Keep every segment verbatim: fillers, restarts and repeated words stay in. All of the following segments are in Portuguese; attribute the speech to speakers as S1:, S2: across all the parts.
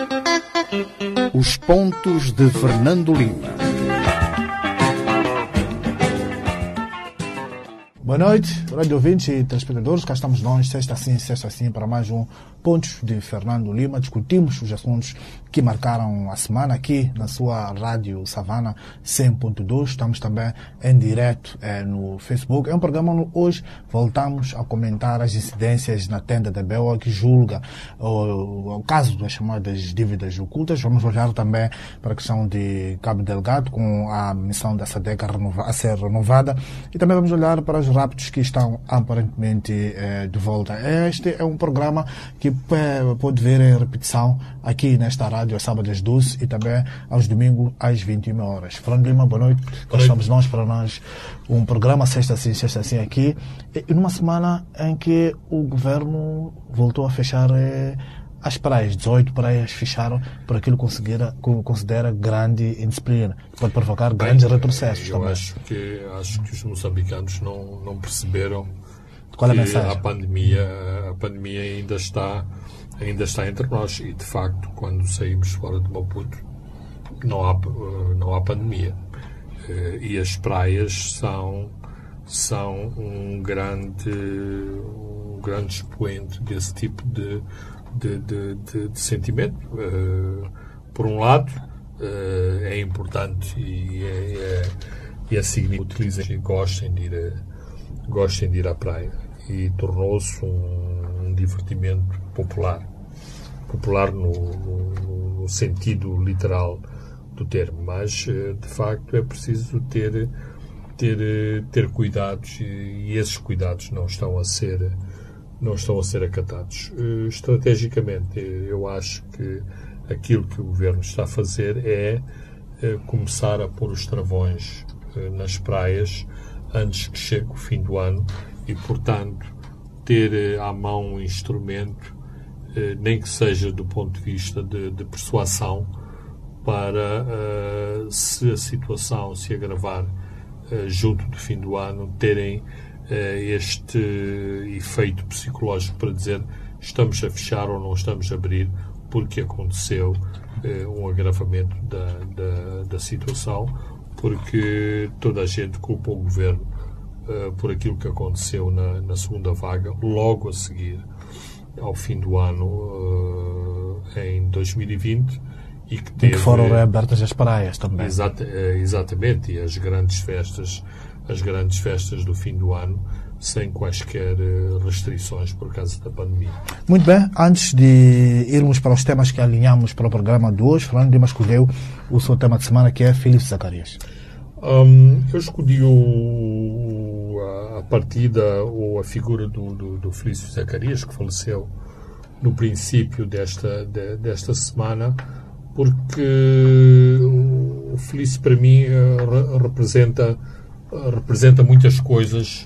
S1: Os pontos de Fernando Lima.
S2: Boa noite, rádio ouvintes e telespectadores. Cá estamos nós, sexta sim, sexta sim, para mais um Pontos de Fernando Lima. Discutimos os assuntos que marcaram a semana aqui na sua rádio Savana cem ponto dois. Estamos também em direto eh, no Facebook. É um programa onde hoje voltamos a comentar as incidências na tenda da B E O que julga o, o caso das chamadas dívidas ocultas. Vamos olhar também para a questão de Cabo Delgado, com a missão da SADC a, a ser renovada. E também vamos olhar para os raptos que estão aparentemente eh, de volta. Este é um programa que eh, pode ver em repetição aqui nesta rádio, aos sábados às doze e também aos domingos às vinte e uma horas. Fernando Lima, boa noite. Nós estamos nós para nós um programa sexta assim, sexta assim aqui, e numa semana em que o governo voltou a fechar eh, as praias. dezoito praias fecharam por aquilo que considera, considera grande indisciplina. Pode provocar Bem, grandes retrocessos
S3: eu
S2: também.
S3: Acho que, acho que os moçambicanos não, não perceberam
S2: Qual é a
S3: que
S2: mensagem?
S3: a pandemia, a pandemia ainda, está, ainda está entre nós. E, de facto, quando saímos fora de Maputo, não há, não há pandemia. E as praias são, são um grande, um grande expoente desse tipo de De, de, de, de sentimento. Uh, por um lado, uh, é importante e é, é, é significativo que utilizem, gostem de, ir a, gostem de ir à praia, e tornou-se um, um divertimento popular. Popular no, no, no sentido literal do termo, mas uh, de facto é preciso ter, ter, ter cuidados, e, e esses cuidados não estão a ser não estão a ser acatados. Uh, estrategicamente, eu acho que aquilo que o Governo está a fazer é uh, começar a pôr os travões uh, nas praias antes que chegue o fim do ano e, portanto, ter uh, à mão um instrumento, uh, nem que seja do ponto de vista de, de persuasão, para, uh, se a situação se agravar uh, junto do fim do ano, terem este efeito psicológico para dizer estamos a fechar ou não estamos a abrir porque aconteceu eh, um agravamento da, da, da situação, porque toda a gente culpa o Governo eh, por aquilo que aconteceu na, na segunda vaga, logo a seguir ao fim do ano, eh, em dois mil e vinte, e que, teve,
S2: e que foram reabertas as praias também.
S3: Exata, exatamente, e as grandes festas as grandes festas do fim do ano, sem quaisquer restrições por causa da pandemia.
S2: Muito bem, antes de irmos para os temas que alinhamos para o programa de hoje, Fernando Lima escolheu o seu tema de semana, que é Félix Zacarias.
S3: Um, eu escolhi o, a, a partida ou a figura do, do, do Félix Zacarias, que faleceu no princípio desta, de, desta semana, porque o Félix, para mim, representa representa muitas coisas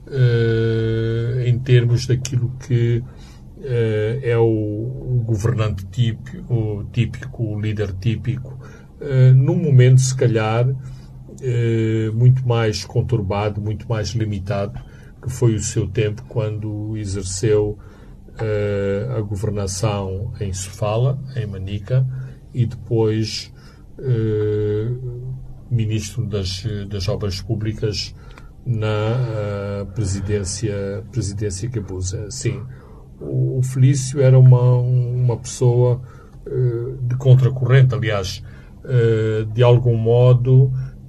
S3: uh, em termos daquilo que uh, é o, o governante típico, o, típico, o líder típico, uh, num momento, se calhar, uh, muito mais conturbado, muito mais limitado, que foi o seu tempo quando exerceu uh, a governação em Sofala, em Manica, e depois uh, Ministro das, das Obras Públicas na uh, presidência, presidência Cabuza. Sim, o, o Felício era uma, uma pessoa uh, de contracorrente, aliás, uh, de algum modo,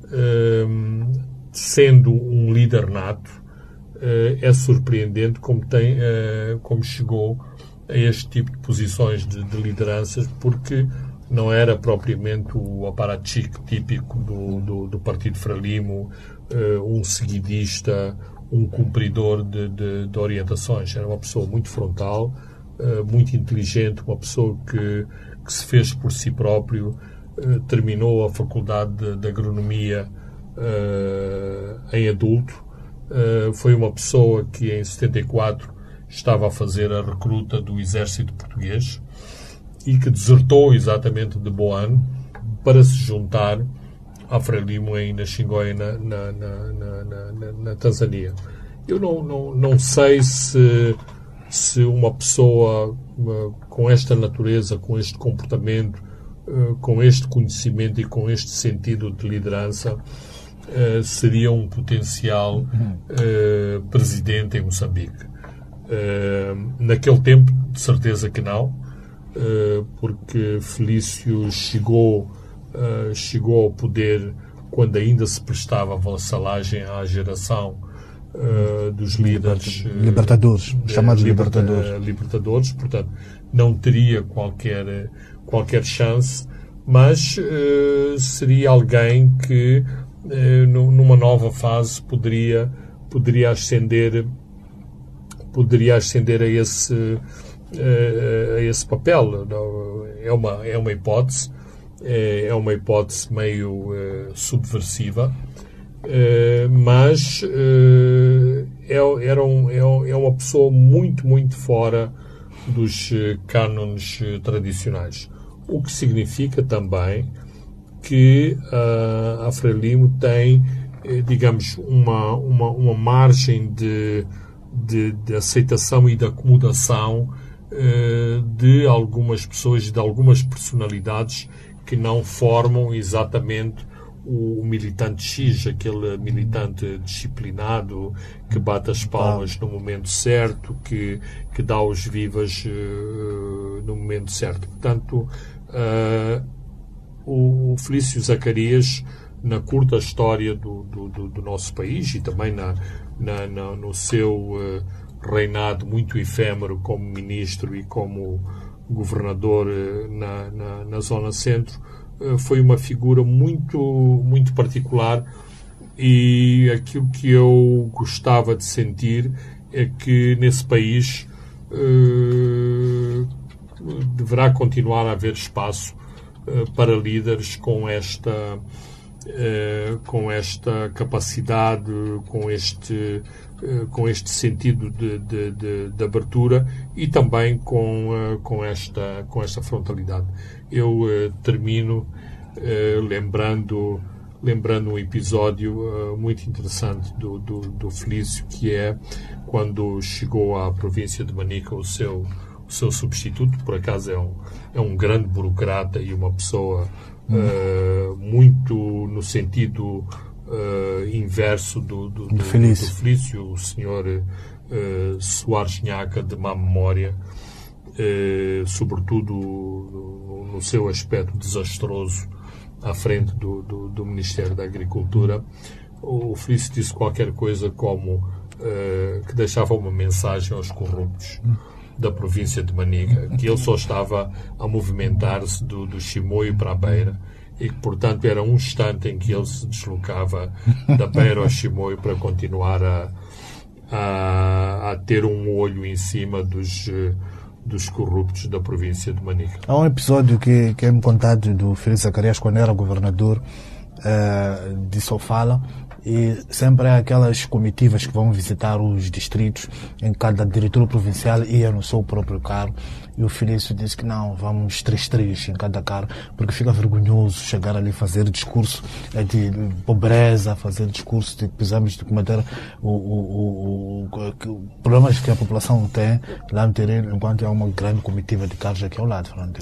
S3: uh, sendo um líder nato, uh, é surpreendente como, tem, uh, como chegou a este tipo de posições de, de lideranças, porque não era propriamente o aparachique típico do, do, do Partido Frelimo, uh, um seguidista, um cumpridor de, de, de orientações. Era uma pessoa muito frontal, uh, muito inteligente, uma pessoa que, que se fez por si próprio, uh, terminou a Faculdade de, de Agronomia uh, em adulto. Uh, foi uma pessoa que em setenta e quatro estava a fazer a recruta do Exército Português e que desertou exatamente de Boane para se juntar à Frelimo em Naxingóia, na, na, na, na, na, na Tanzânia. Eu não, não, não sei se, se uma pessoa com esta natureza, com este comportamento, com este conhecimento e com este sentido de liderança seria um potencial uh, presidente em Moçambique. Uh, naquele tempo, de certeza que não, uh, porque Felício chegou, uh, chegou ao poder quando ainda se prestava vassalagem à geração uh, dos líderes
S2: libertadores, uh, chamados
S3: liberta,
S2: libertadores.
S3: libertadores, portanto, não teria qualquer, qualquer chance, mas uh, seria alguém que numa nova fase poderia poderia ascender poderia ascender a esse a esse papel. É uma é uma hipótese é uma hipótese meio subversiva, mas é era um, é uma pessoa muito muito fora dos cânones tradicionais, o que significa também que uh, a Frelimo tem, eh, digamos, uma, uma, uma margem de, de, de aceitação e de acomodação uh, de algumas pessoas, de algumas personalidades que não formam exatamente o, o militante X, aquele militante disciplinado que bate as palmas no momento certo, que, que dá os vivas uh, no momento certo. Portanto, uh, o Felício Zacarias, na curta história do, do, do nosso país e também na, na, na, no seu uh, reinado muito efêmero como ministro e como governador uh, na, na, na Zona Centro, uh, foi uma figura muito, muito particular, e aquilo que eu gostava de sentir é que nesse país uh, deverá continuar a haver espaço para líderes com esta com esta capacidade, com este com este sentido de, de, de, de abertura e também com com esta com esta frontalidade. Eu termino lembrando lembrando um episódio muito interessante do, do, do Felício, que é quando chegou à província de Manica o seu o seu substituto. Por acaso é um, é um grande burocrata e uma pessoa hum. uh, muito no sentido uh, inverso do, do, do, do Felício, o senhor uh, Soares Nhaca, de má memória, uh, sobretudo no, no seu aspecto desastroso à frente do, do, do Ministério da Agricultura. O Felício disse qualquer coisa como uh, que deixava uma mensagem aos corruptos hum. da província de Manica, que ele só estava a movimentar-se do, do Chimoio para a Beira e que, portanto, era um instante em que ele se deslocava da Beira ao Chimoio para continuar a, a, a ter um olho em cima dos, dos corruptos da província de Manica.
S2: Há um episódio que, que é-me contado do Felício Zacarias quando era governador uh, de Sofala, e sempre há aquelas comitivas que vão visitar os distritos, em cada diretor provincial ia no seu próprio carro, e o Felício disse que não, vamos três, três em cada carro, porque fica vergonhoso chegar ali fazer discurso de pobreza, fazer discurso de que precisamos de combater o, o, o, o problemas que a população tem lá no terreno, enquanto há uma grande comitiva de carros aqui ao lado, Fernando.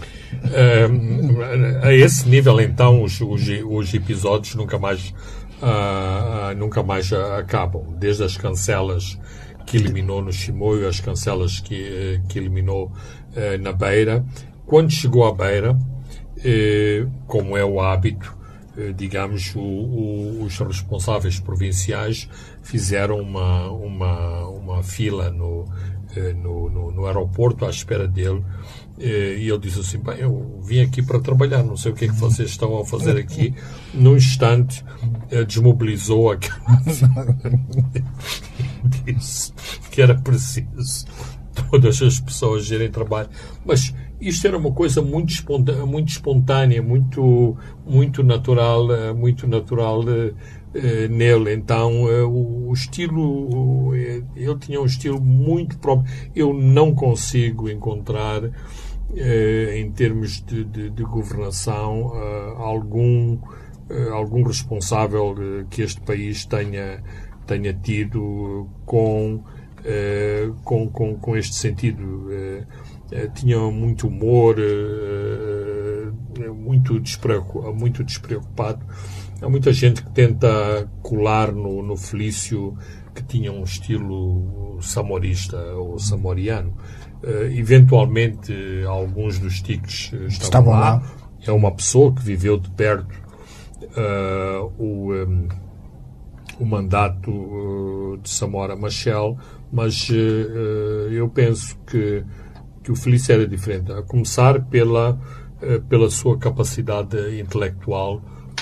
S3: É, a esse nível, então, os, os, os episódios nunca mais Uh, uh, nunca mais uh, acabam, desde as cancelas que eliminou no Chimoio, as cancelas que, uh, que eliminou uh, na Beira. Quando chegou à Beira, uh, como é o hábito, uh, digamos, o, o, os responsáveis provinciais fizeram uma, uma, uma fila no, uh, no, no, no aeroporto à espera dele. E ele disse assim, bem, eu vim aqui para trabalhar, não sei o que é que vocês estão a fazer aqui. Num instante, desmobilizou aquela... disse que era preciso todas as pessoas irem trabalhar. Mas isto era uma coisa muito espontânea, muito, espontânea, muito, muito natural, muito natural uh, nele. Então, uh, o, o estilo, uh, ele tinha um estilo muito próprio. Eu não consigo encontrar, uh, em termos de, de, de governação, uh, algum, uh, algum responsável uh, que este país tenha, tenha tido com uh, com, com, com este sentido. Uh, uh, tinha muito humor, uh, muito, despreocupado, muito despreocupado. Há muita gente que tenta colar no, no Felício, que tinha um estilo samorista ou samoriano. Uh, eventualmente, alguns dos tiques estavam, estavam lá. lá. É uma pessoa que viveu de perto uh, o, um, o mandato uh, de Samora Machel, mas uh, eu penso que, que o Felício era diferente. A começar pela, uh, pela sua capacidade intelectual,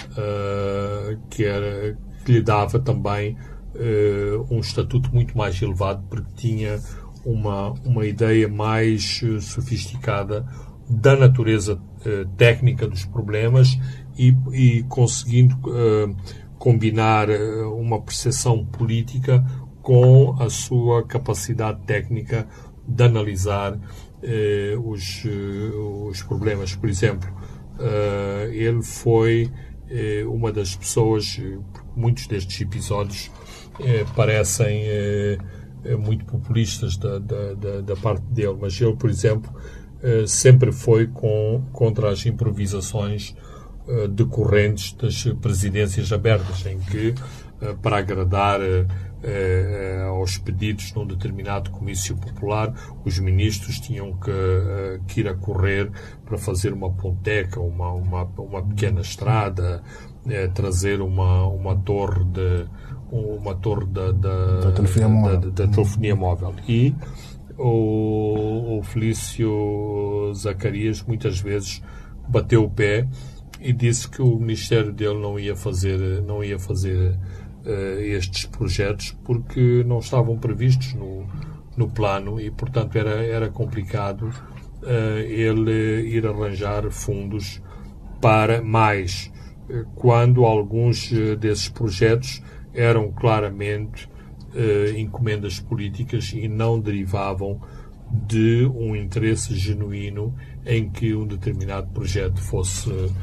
S3: uh, que, era, que lhe dava também uh, um estatuto muito mais elevado, porque tinha uma, uma ideia mais uh, sofisticada da natureza uh, técnica dos problemas e, e conseguindo uh, combinar uh, uma percepção política com a sua capacidade técnica de analisar uh, os, uh, os problemas. Por exemplo, uh, ele foi uh, uma das pessoas, uh, muitos destes episódios uh, parecem uh, muito populistas da, da, da, da parte dele, mas ele, por exemplo, uh, sempre foi com, contra as improvisações uh, decorrentes das presidências abertas, em que, uh, para agradar uh, uh, aos pedidos num determinado comício popular, os ministros tinham que, uh, que ir a correr para fazer uma ponteca, uma, uma, uma pequena estrada, uh, trazer uma, uma torre de uma torre da, da,
S2: da, telefonia,
S3: da,
S2: móvel.
S3: da, da telefonia móvel. E o, o Felício Zacarias muitas vezes bateu o pé e disse que o ministério dele não ia fazer, não ia fazer uh, estes projetos porque não estavam previstos no, no plano e, portanto, era, era complicado uh, ele ir arranjar fundos para mais, uh, quando alguns uh, desses projetos eram claramente uh, encomendas políticas e não derivavam de um interesse genuíno em que um determinado projeto fosse uh,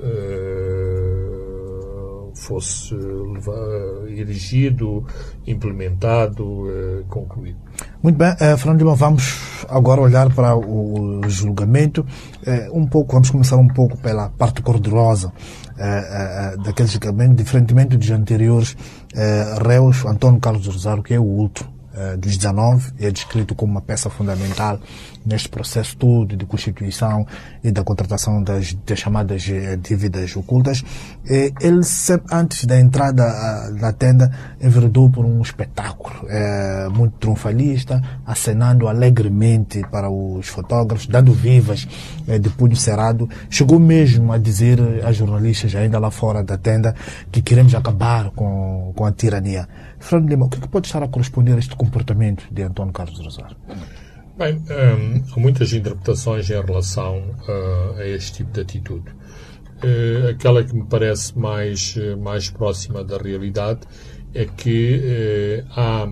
S3: fosse uh, erigido, implementado, uh, concluído.
S2: Muito bem, uh, Fernando Lima, vamos agora olhar para o julgamento. Uh, um pouco, vamos começar um pouco pela parte cor-de-rosa uh, uh, daquele julgamento, diferentemente dos anteriores uh, réus. Antônio Carlos Rosário, que é o último uh, dos dezenove, é descrito como uma peça fundamental neste processo todo de constituição e da contratação das, das chamadas dívidas ocultas. Ele, sempre antes da entrada na tenda, enveredou por um espetáculo é, muito triunfalista, acenando alegremente para os fotógrafos, dando vivas é, de punho cerrado. Chegou mesmo a dizer a jornalistas ainda lá fora da tenda que queremos acabar com, com a tirania. Fernando Lima, o que, é que pode estar a corresponder a este comportamento de Antônio Carlos Rosário?
S3: Bem, hum, há muitas interpretações em relação uh, a este tipo de atitude. Uh, aquela que me parece mais, uh, mais próxima da realidade é que uh, há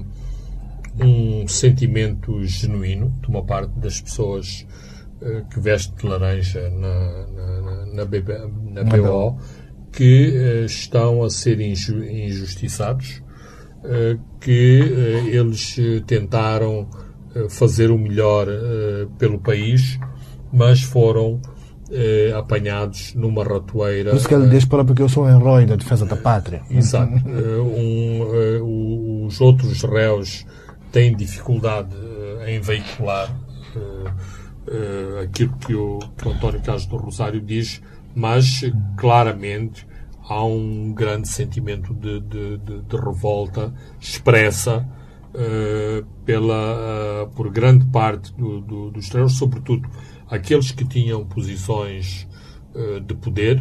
S3: um sentimento genuíno de uma parte das pessoas uh, que veste de laranja na, na, na, B B, na B O que uh, estão a ser inju, injustiçados, uh, que uh, eles tentaram fazer o melhor uh, pelo país, mas foram uh, apanhados numa ratoeira.
S2: Por isso que ele diz próprio que eu sou um herói da defesa da pátria.
S3: Exato. uh, um, uh, os outros réus têm dificuldade uh, em veicular uh, uh, aquilo que o, que o António Carlos do Rosário diz, mas claramente há um grande sentimento de, de, de, de revolta expressa Uh, pela, uh, por grande parte do, do, dos réus, sobretudo aqueles que tinham posições uh, de poder,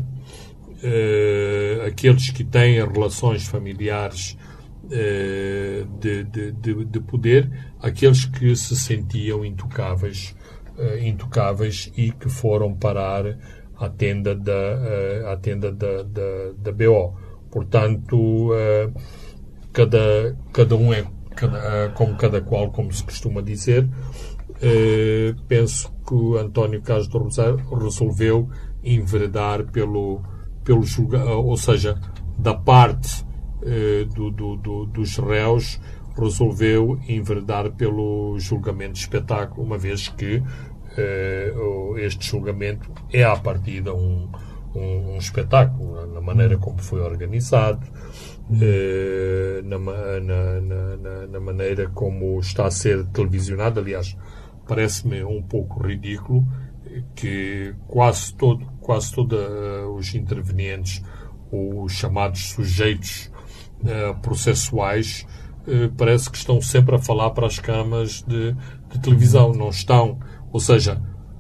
S3: uh, aqueles que têm relações familiares uh, de, de, de, de poder, aqueles que se sentiam intocáveis, uh, intocáveis e que foram parar à tenda da, uh, à tenda da, da, da B O. Portanto, uh, cada, cada um é Cada, como cada qual, como se costuma dizer. eh, penso que o António Carlos do Rosário resolveu enveredar pelo, pelo julgamento, ou seja, da parte eh, do, do, do, dos réus, resolveu enverdar pelo julgamento de espetáculo, uma vez que eh, este julgamento é, à partida, um, um, um espetáculo, na maneira como foi organizado, eh, na, na, na, na maneira como está a ser televisionado. Aliás, parece-me um pouco ridículo que quase todo, quase todos os intervenientes, os chamados sujeitos uh, processuais, uh, parece que estão sempre a falar para as câmaras de, de televisão. Não estão. Ou seja,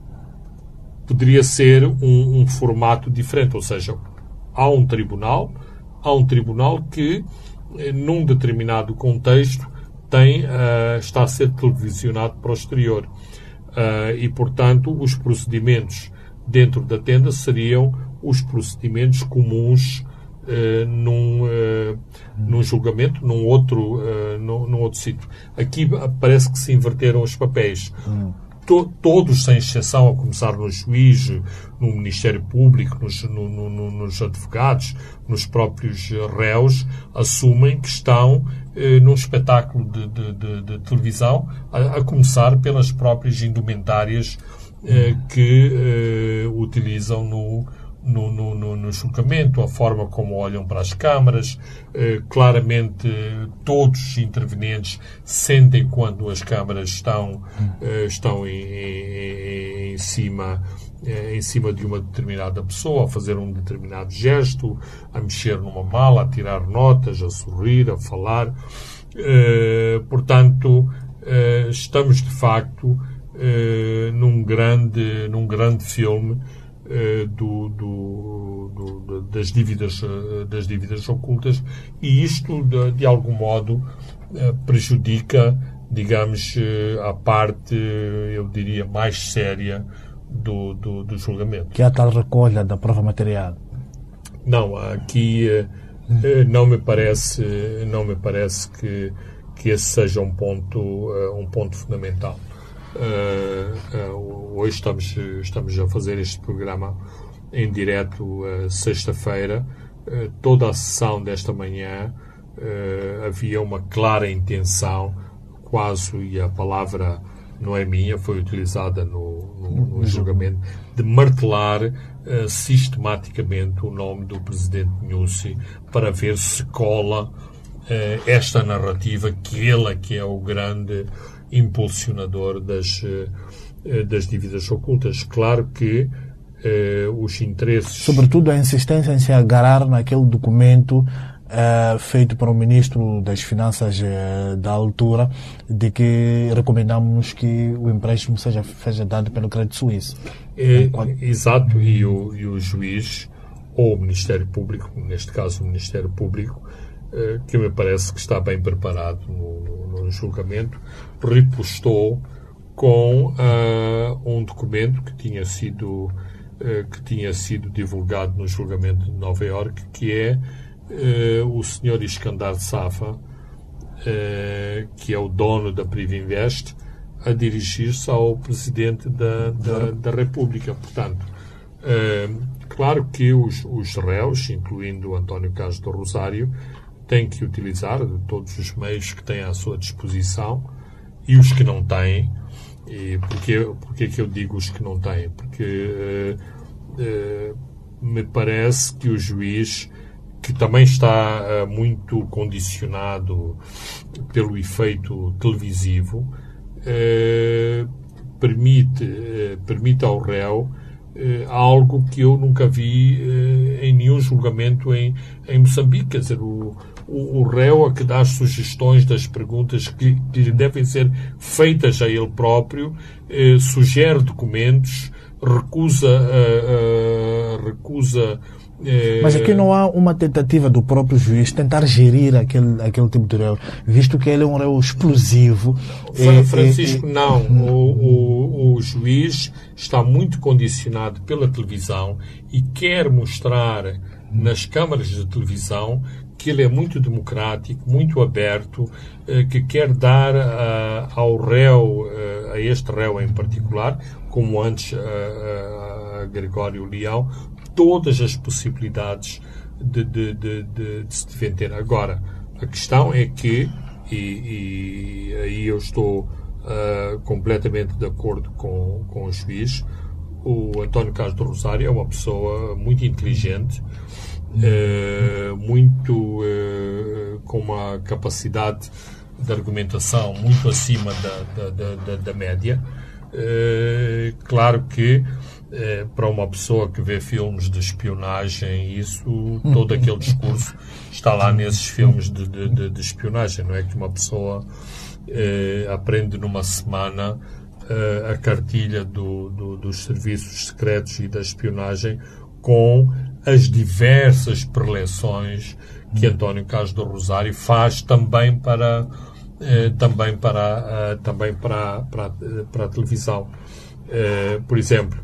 S3: poderia ser um, um formato diferente. Ou seja, há um tribunal, há um tribunal que, num determinado contexto, tem, uh, está a ser televisionado para o exterior. Uh, e, portanto, os procedimentos dentro da tenda seriam os procedimentos comuns uh, num, uh, num julgamento, num outro, uh, num, num outro sítio. Aqui parece que se inverteram os papéis. Hum. To, todos, sem exceção, a começar no juiz, no Ministério Público, nos, no, no, nos advogados, nos próprios réus, assumem que estão eh, num espetáculo de, de, de, de televisão, a, a começar pelas próprias indumentárias eh, que eh, utilizam no, no, no, no, no julgamento, a forma como olham para as câmaras. Eh, claramente, todos os intervenientes sentem quando as câmaras estão, eh, estão em, em, em cima em cima de uma determinada pessoa, a fazer um determinado gesto, a mexer numa mala, a tirar notas, a sorrir, a falar. Uh, portanto, uh, estamos de facto uh, num grande, num grande filme uh, do, do, do, das dívidas, uh, das dívidas ocultas, e isto, de, de algum modo, uh, prejudica, digamos, uh, a parte, eu diria, mais séria Do, do, do julgamento.
S2: Que é a tal recolha da prova material.
S3: Não, aqui hum. não me parece, não me parece que, que esse seja um ponto, um ponto fundamental. Hoje estamos, estamos a fazer este programa em direto, sexta-feira. Toda a sessão desta manhã havia uma clara intenção, quase, e a palavra não é minha, foi utilizada no, no, no julgamento, de martelar uh, sistematicamente o nome do presidente Nyusi para ver se cola uh, esta narrativa que ele é que é o grande impulsionador das, uh, das dívidas ocultas. Claro que uh, os interesses...
S2: Sobretudo a insistência em se agarrar naquele documento Uh, feito para o Ministro das Finanças uh, da altura, de que recomendamos que o empréstimo seja, seja dado pelo Crédito Suíço.
S3: É, Enquanto... Exato, e o, e o juiz, ou o Ministério Público, neste caso o Ministério Público, uh, que me parece que está bem preparado no, no, no julgamento, ripostou com uh, um documento que tinha sido, uh, que tinha sido divulgado no julgamento de Nova Iorque, que é Uh, o senhor Iskandar Safa, uh, que é o dono da Privinvest, a dirigir-se ao Presidente da, da, da República. Portanto, uh, claro que os, os réus, incluindo o António Carlos do Rosário, têm que utilizar todos os meios que têm à sua disposição, e os que não têm. E porquê, porquê que eu digo os que não têm? Porque uh, uh, me parece que o juiz, que também está uh, muito condicionado pelo efeito televisivo, uh, permite, uh, permite ao réu uh, algo que eu nunca vi uh, em nenhum julgamento em, em Moçambique. Quer dizer, o, o, o réu a que dá as sugestões das perguntas que, que lhe devem ser feitas a ele próprio, uh, sugere documentos, recusa... Uh, uh, recusa
S2: Mas aqui não há uma tentativa do próprio juiz tentar gerir aquele, aquele tipo de réu, visto que ele é um réu explosivo.
S3: Francisco, é, é, não. O, o, o juiz está muito condicionado pela televisão e quer mostrar nas câmaras de televisão que ele é muito democrático, muito aberto, que quer dar uh, ao réu, uh, a este réu em particular, como antes uh, uh, a Gregório Leão, todas as possibilidades de, de, de, de, de se defender. Agora, a questão é que e, e aí eu estou uh, completamente de acordo com, com o juiz. O António Carlos do Rosário é uma pessoa muito inteligente, uh, muito uh, com uma capacidade de argumentação muito acima da, da, da, da média. Uh, claro que uh, para uma pessoa que vê filmes de espionagem, isso, todo aquele discurso está lá nesses filmes de, de, de, de espionagem. Não é que uma pessoa uh, aprende numa semana uh, a cartilha do, do, dos serviços secretos e da espionagem com as diversas preleções que António Carlos do Rosário faz também para eh, também para eh, também para, para, para a televisão. Eh, por exemplo,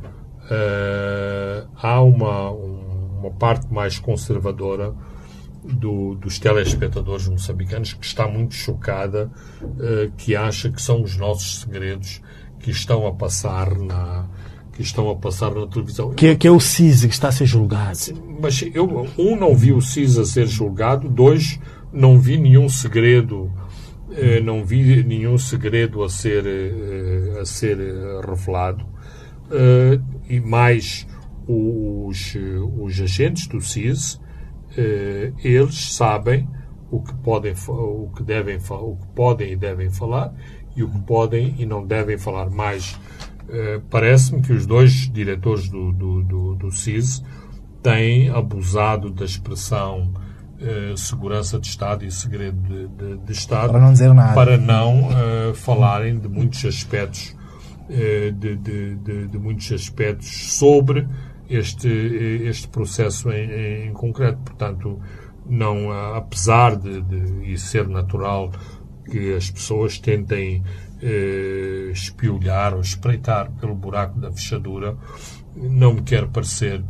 S3: eh, há uma uma parte mais conservadora do, dos telespectadores moçambicanos que está muito chocada, eh, que acha que são os nossos segredos que estão a passar na que estão a passar na televisão.
S2: Que, que é o C I S que está a ser julgado.
S3: Mas eu, um, não vi o C I S a ser julgado. Dois, não vi nenhum segredo, eh, não vi nenhum segredo a ser, eh, a ser eh, revelado. Eh, e mais, os, os agentes do C I S, eh, eles sabem o que podem, o que devem, o que podem e devem falar e o que podem e não devem falar. Mais, Uh, parece-me que os dois diretores do, do, do, do C I S têm abusado da expressão uh, segurança de Estado e segredo de, de, de Estado
S2: para não dizer nada,
S3: para não uh, falarem de muitos aspectos uh, de, de, de, de muitos aspectos sobre este, este processo em, em concreto. Portanto, não, uh, apesar de, de isso ser natural que as pessoas tentem Eh, espiolhar ou espreitar pelo buraco da fechadura, não me quer parecer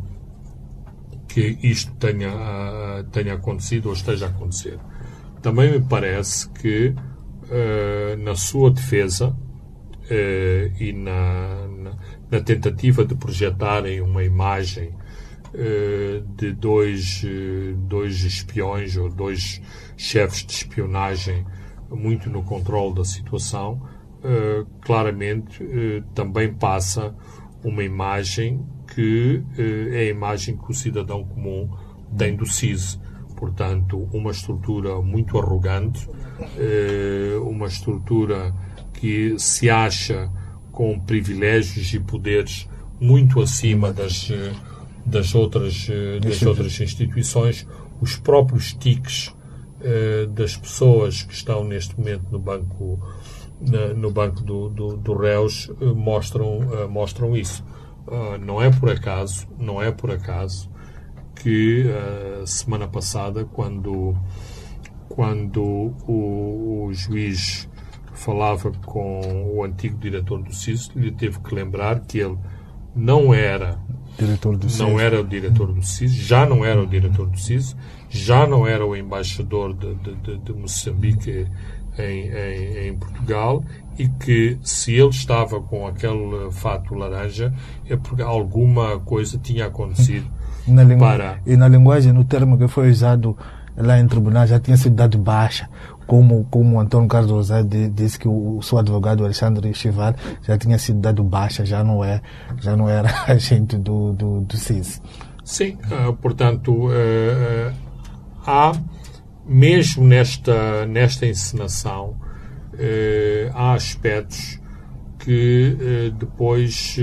S3: que isto tenha, uh, tenha acontecido ou esteja a acontecer. Também me parece que uh, na sua defesa uh, e na, na, na tentativa de projetarem uma imagem uh, de dois, uh, dois espiões ou dois chefes de espionagem muito no controle da situação, Uh, claramente uh, também passa uma imagem que uh, é a imagem que o cidadão comum tem do C I S. Portanto, uma estrutura muito arrogante, uh, uma estrutura que se acha com privilégios e poderes muito acima das, uh, das, outras, uh, das outras instituições. Os próprios tiques uh, das pessoas que estão neste momento no banco Na, no banco do, do, do réus uh, mostram, uh, mostram isso. Uh, não é por acaso, não é por acaso que uh, semana passada, quando, quando o, o juiz falava com o antigo diretor do C I S, lhe teve que lembrar que ele não era
S2: diretor do
S3: não era o diretor do C I S, já não era o diretor do C I S, já não era o embaixador de, de, de, de Moçambique Em, em, em Portugal, e que se ele estava com aquele fato laranja é porque alguma coisa tinha acontecido.
S2: Na lingu...
S3: para...
S2: E na linguagem, no termo que foi usado lá em tribunal, já tinha sido dado baixa, como, como o António Carlos Rosário disse que o, o seu advogado Alexandre Chival já tinha sido dado baixa, já não, é, já não era agente do, do, do C I S.
S3: Sim, uh, portanto, uh, uh, há mesmo nesta, nesta encenação, eh, há aspectos que eh, depois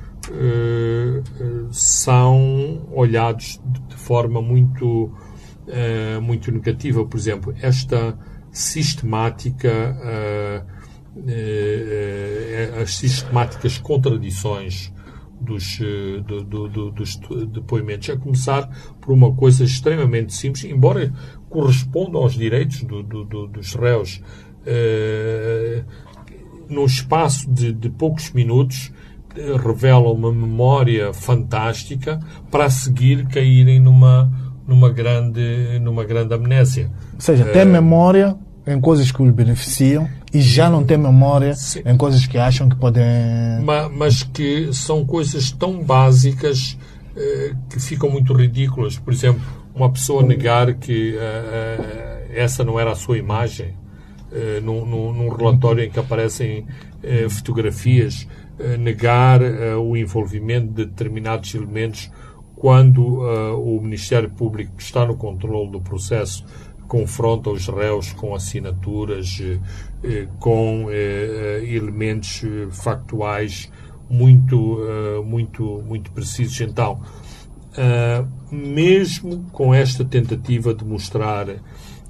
S3: eh, são olhados de, de forma muito, eh, muito negativa. Por exemplo, esta sistemática, eh, eh, as sistemáticas contradições dos, do, do, do, dos depoimentos, a começar por uma coisa extremamente simples, embora corresponda aos direitos do, do, do, dos réus, uh, num espaço de, de poucos minutos, uh, revela uma memória fantástica para a seguir caírem numa, numa, grande, numa grande amnésia.
S2: Ou seja, tem uh, memória em coisas que os beneficiam e já não tem memória sim. em coisas que acham que podem...
S3: Mas, mas que são coisas tão básicas uh, que ficam muito ridículas. Por exemplo, uma pessoa negar que uh, uh, essa não era a sua imagem, uh, num, num, num relatório em que aparecem uh, fotografias, uh, negar uh, o envolvimento de determinados elementos quando uh, o Ministério Público, que está no controle do processo, confronta os réus com assinaturas, uh, uh, com uh, uh, elementos uh, factuais muito, uh, muito, muito precisos. Então, uh, mesmo com esta tentativa de mostrar uh,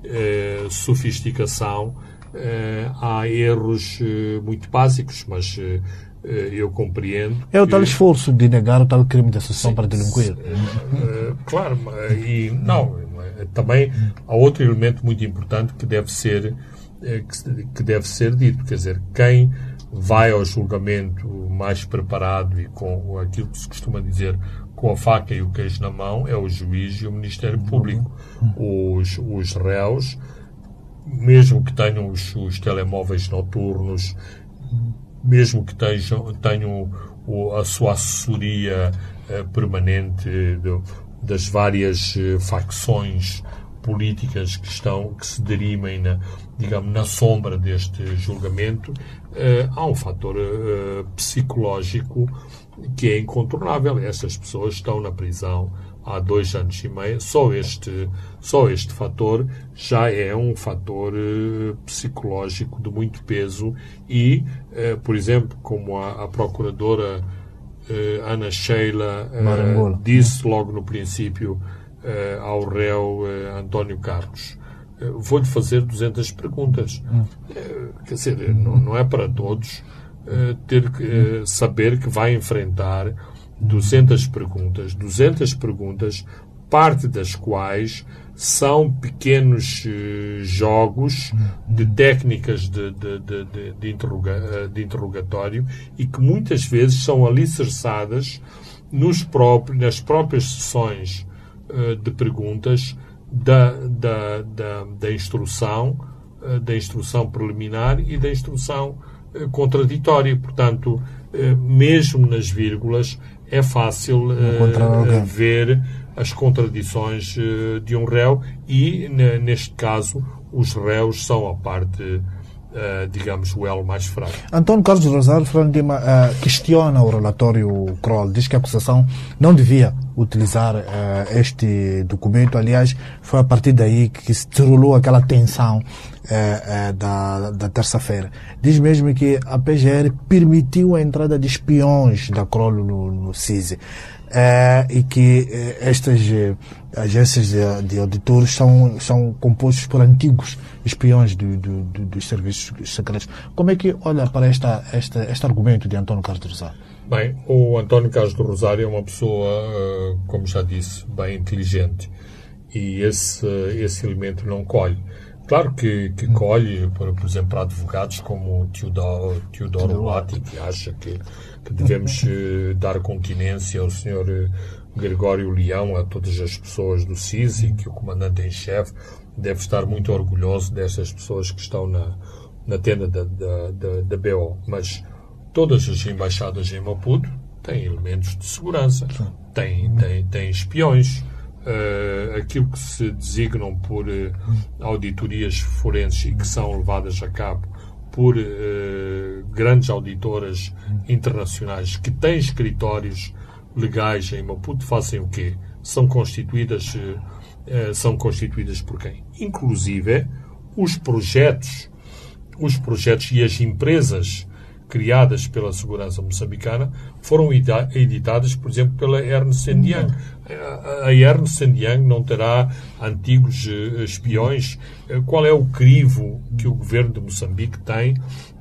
S3: sofisticação, uh, há erros uh, muito básicos, mas uh, uh, eu compreendo.
S2: É o
S3: que,
S2: tal esforço de negar o tal crime de associação
S3: sim,
S2: para delinquir.
S3: Uh, claro, e não, também há outro elemento muito importante que deve ser, uh, que deve ser dito, quer dizer, quem vai ao julgamento mais preparado e com aquilo que se costuma dizer, com a faca e o queijo na mão, é o juiz e o Ministério Público. Os, os réus, mesmo que tenham os, os telemóveis noturnos, mesmo que tenham, tenham o, a sua assessoria uh, permanente de, das várias uh, facções políticas que estão, que se dirimem na, digamos, na sombra deste julgamento, uh, há um fator uh, psicológico que é incontornável. Estas pessoas estão na prisão há dois anos e meio. Só este, só este fator já é um fator uh, psicológico de muito peso e, uh, por exemplo, como a, a procuradora uh, Ana Sheila uh, disse logo no princípio Uh, ao réu uh, António Carlos, uh, vou-lhe fazer duzentas perguntas. Uh, quer dizer, não, não é para todos uh, ter que uh, saber que vai enfrentar duzentas perguntas. duzentas perguntas, parte das quais são pequenos uh, jogos de técnicas de, de, de, de, de, interroga, de interrogatório e que muitas vezes são alicerçadas nos próprios, nas próprias sessões de perguntas da, da, da, da instrução, da instrução preliminar e da instrução contraditória. Portanto, mesmo nas vírgulas, é fácil ver as contradições de um réu e, neste caso, os réus são a parte, Uh, digamos, o elo mais fraco.
S2: António Carlos Rosário Fernando Lima uh, questiona o relatório Kroll, diz que a acusação não devia utilizar uh, este documento. Aliás, foi a partir daí que se derrulou aquela tensão uh, uh, da, da terça-feira. Diz mesmo que a P G R permitiu a entrada de espiões da Kroll no, no C I S I. Uh, e que uh, estas uh, agências de, de auditores são, são compostas por antigos espiões do, do, do, dos serviços secretos. Como é que olha para esta, esta, este argumento de António Carlos do Rosário?
S3: Bem, o António Carlos do Rosário é uma pessoa, uh, como já disse, bem inteligente e esse, uh, esse elemento não colhe. Claro que, que colhe, por, por exemplo, para advogados como o Teodoro, Teodoro Lati, que acha que, que devemos uh, dar continência ao senhor uh, Gregório Leão, a todas as pessoas do C I S I, que o comandante em chefe deve estar muito orgulhoso destas pessoas que estão na, na tenda da, da, da, da B O. Mas todas as embaixadas em Maputo têm elementos de segurança, têm, têm, têm espiões. Uh, aquilo que se designam por uh, auditorias forenses e que são levadas a cabo por uh, grandes auditoras internacionais que têm escritórios legais em Maputo, fazem o quê? São constituídas, uh, uh, são constituídas por quem? Inclusive, os projetos, os projetos e as empresas criadas pela segurança moçambicana foram editadas, por exemplo, pela Ernst and Young. A Ernst and Young não terá antigos espiões. Qual é o crivo que o governo de Moçambique tem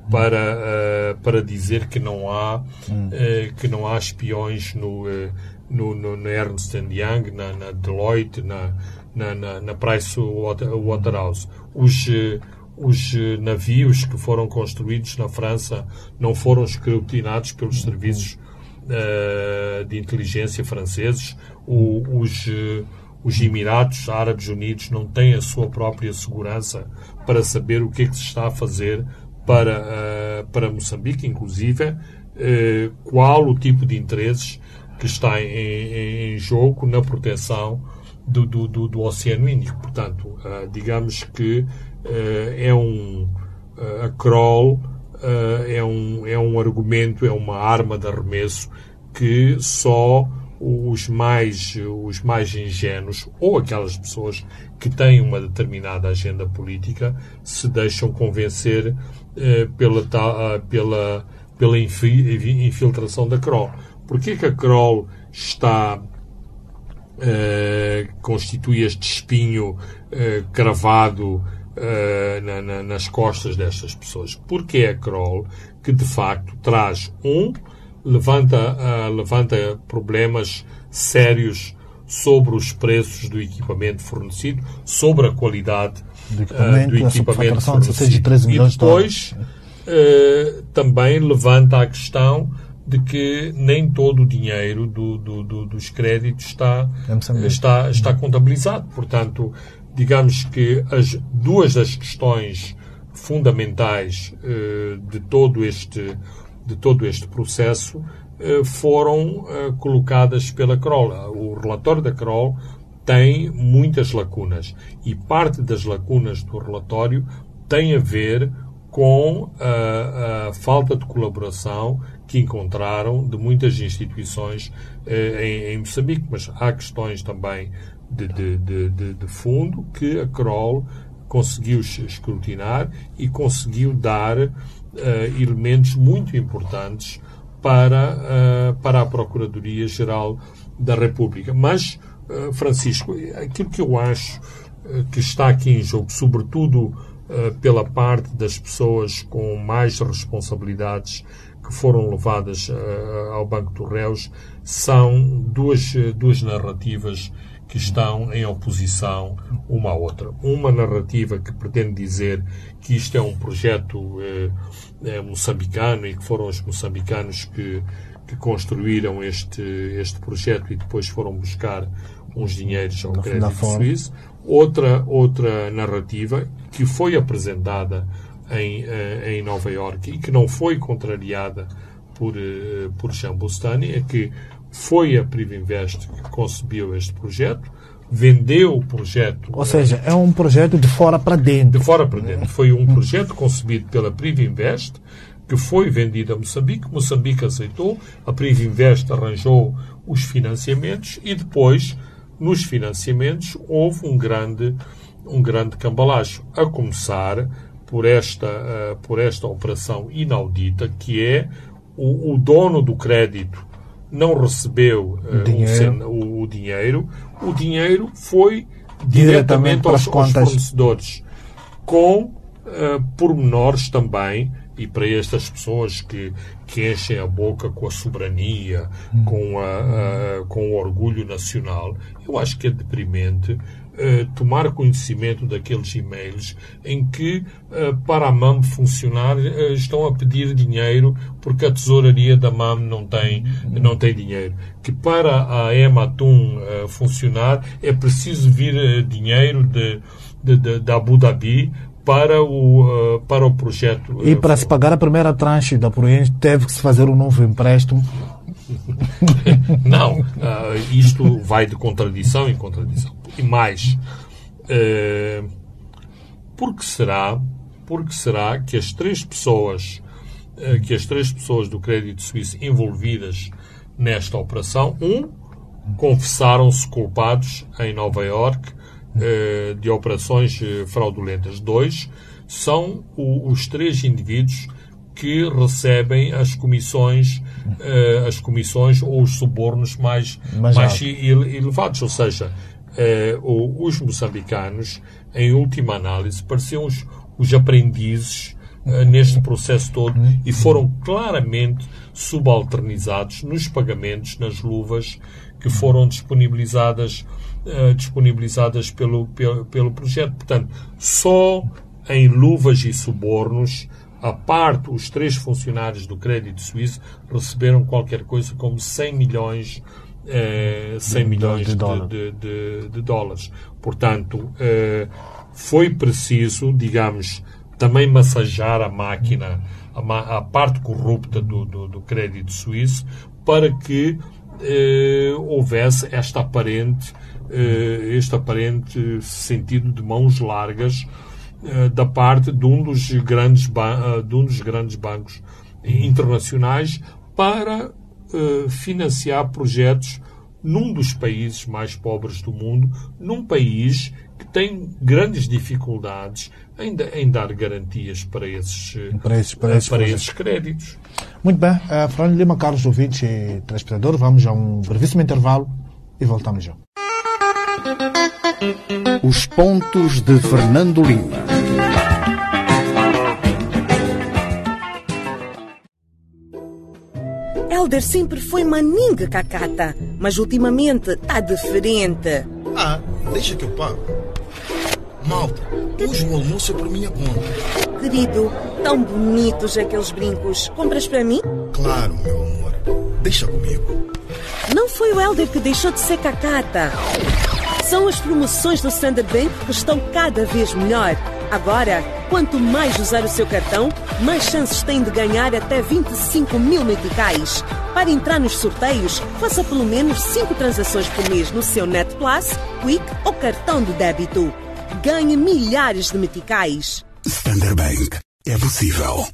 S3: para, para dizer que não há, que não há espiões no, no, no, na Ernst and Young, na, na Deloitte, na, na, na, na Pricewaterhouse? Os Os navios que foram construídos na França não foram escrutinados pelos serviços uh, de inteligência franceses. O, os, uh, os Emirados Árabes Unidos não têm a sua própria segurança para saber o que é que se está a fazer para, uh, para Moçambique, inclusive uh, qual o tipo de interesses que está em, em, em jogo na proteção do, do, do, do Oceano Índico. Portanto, uh, digamos que Uh, é, um, a Kroll é um, é um argumento, é uma arma de arremesso que só os mais, os mais ingênuos ou aquelas pessoas que têm uma determinada agenda política se deixam convencer eh, pela, pela, pela infiltração da Kroll. Porquê que a Kroll está, eh, constitui este espinho eh, cravado eh, na, na, nas costas destas pessoas? Porque é a Kroll que, de facto, traz um, levanta, uh, levanta problemas sérios sobre os preços do equipamento fornecido, sobre a qualidade
S2: do equipamento, uh, do equipamento fornecido. De treze milhões
S3: e depois uh, também levanta a questão de que nem todo o dinheiro do, do, do, dos créditos está, está, está contabilizado. Portanto, digamos que as duas das questões fundamentais uh, de todo este de todo este processo uh, foram uh, colocadas pela Kroll. O relatório da Kroll tem muitas lacunas e parte das lacunas do relatório tem a ver com a, a falta de colaboração que encontraram de muitas instituições uh, em, em Moçambique, mas há questões também de, de, de, de, de fundo que a Kroll conseguiu escrutinar e conseguiu dar uh, elementos muito importantes para, uh, para a Procuradoria-Geral da República. Mas, uh, Francisco, aquilo que eu acho uh, que está aqui em jogo, sobretudo uh, pela parte das pessoas com mais responsabilidades que foram levadas uh, ao Banco dos Réus, são duas, duas narrativas que estão em oposição uma à outra. Uma narrativa que pretende dizer que isto é um projeto eh, é, moçambicano e que foram os moçambicanos que, que construíram este, este projeto e depois foram buscar uns dinheiros ao crédito suíço. Outra, outra narrativa que foi apresentada em, eh, em Nova Iorque e que não foi contrariada por, eh, por Jean Bustani é que foi a Privinvest que concebeu este projeto, vendeu o projeto...
S2: Ou seja, é um projeto de fora para dentro.
S3: De fora para dentro. Foi um projeto concebido pela Privinvest, que foi vendido a Moçambique. Moçambique aceitou, a Privinvest arranjou os financiamentos e depois, nos financiamentos, houve um grande, um grande cambalacho. A começar por esta, uh, por esta operação inaudita, que é o, o dono do crédito não recebeu uh,
S2: dinheiro.
S3: O, o dinheiro. O dinheiro foi
S2: diretamente,
S3: diretamente aos,
S2: aos
S3: fornecedores, com uh, pormenores também, e para estas pessoas que, que enchem a boca com a soberania, hum. com, a, a, com o orgulho nacional, eu acho que é deprimente Uh, tomar conhecimento daqueles e-mails em que, uh, para a M A M funcionar, uh, estão a pedir dinheiro porque a tesouraria da M A M não tem, não tem dinheiro. Que para a Ematum uh, funcionar é preciso vir uh, dinheiro de, de, de, de Abu Dhabi para o, uh, para o projeto. Uh,
S2: e para se pagar a primeira tranche da Proenche teve que se fazer um novo empréstimo.
S3: Não, uh, isto vai de contradição em contradição. E mais, uh, por que será, por que será que as três pessoas, uh, que as três pessoas do Crédito Suíço envolvidas nesta operação, um, confessaram-se culpados em Nova Iorque uh, de operações uh, fraudulentas. Dois, são o, os três indivíduos que recebem as comissões, uh, as comissões ou os subornos mais, mais elevados. Ou seja, uh, os moçambicanos, em última análise, pareciam os, os aprendizes uh, neste processo todo e foram claramente subalternizados nos pagamentos, nas luvas que foram disponibilizadas, uh, disponibilizadas pelo, pelo, pelo projeto. Portanto, só em luvas e subornos, a parte, os três funcionários do Crédito Suíço receberam qualquer coisa como cem milhões, eh, cem milhões de, de, de, de, de dólares. Portanto, eh, foi preciso, digamos, também massajar a máquina, a, a parte corrupta do, do, do Crédito Suíço, para que eh, houvesse esta aparente, eh, este aparente sentido de mãos largas uh, da parte de um dos grandes, ba- uh, de um dos grandes bancos internacionais para uh, financiar projetos num dos países mais pobres do mundo, num país que tem grandes dificuldades em, em dar garantias para esses,
S2: para esses, para esses,
S3: para esses créditos.
S2: Muito bem. Uh, Fernando Lima, caros ouvintes e telespectadores, vamos a um brevíssimo intervalo e voltamos já.
S1: Os pontos de Fernando Lima.
S4: Hélder sempre foi maninga cacata, mas ultimamente tá diferente.
S5: Ah, deixa que eu pago. Malta, hoje o almoço é por minha conta.
S4: Querido, tão bonitos aqueles brincos. Compras para mim?
S5: Claro, meu amor. Deixa comigo.
S4: Não foi o Hélder que deixou de ser cacata. São as promoções do Standard Bank que estão cada vez melhor. Agora, quanto mais usar o seu cartão, mais chances tem de ganhar até vinte e cinco mil meticais. Para entrar nos sorteios, faça pelo menos cinco transações por mês no seu Net Plus, Quick ou cartão de débito. Ganhe milhares de meticais.
S6: Standard Bank. É possível.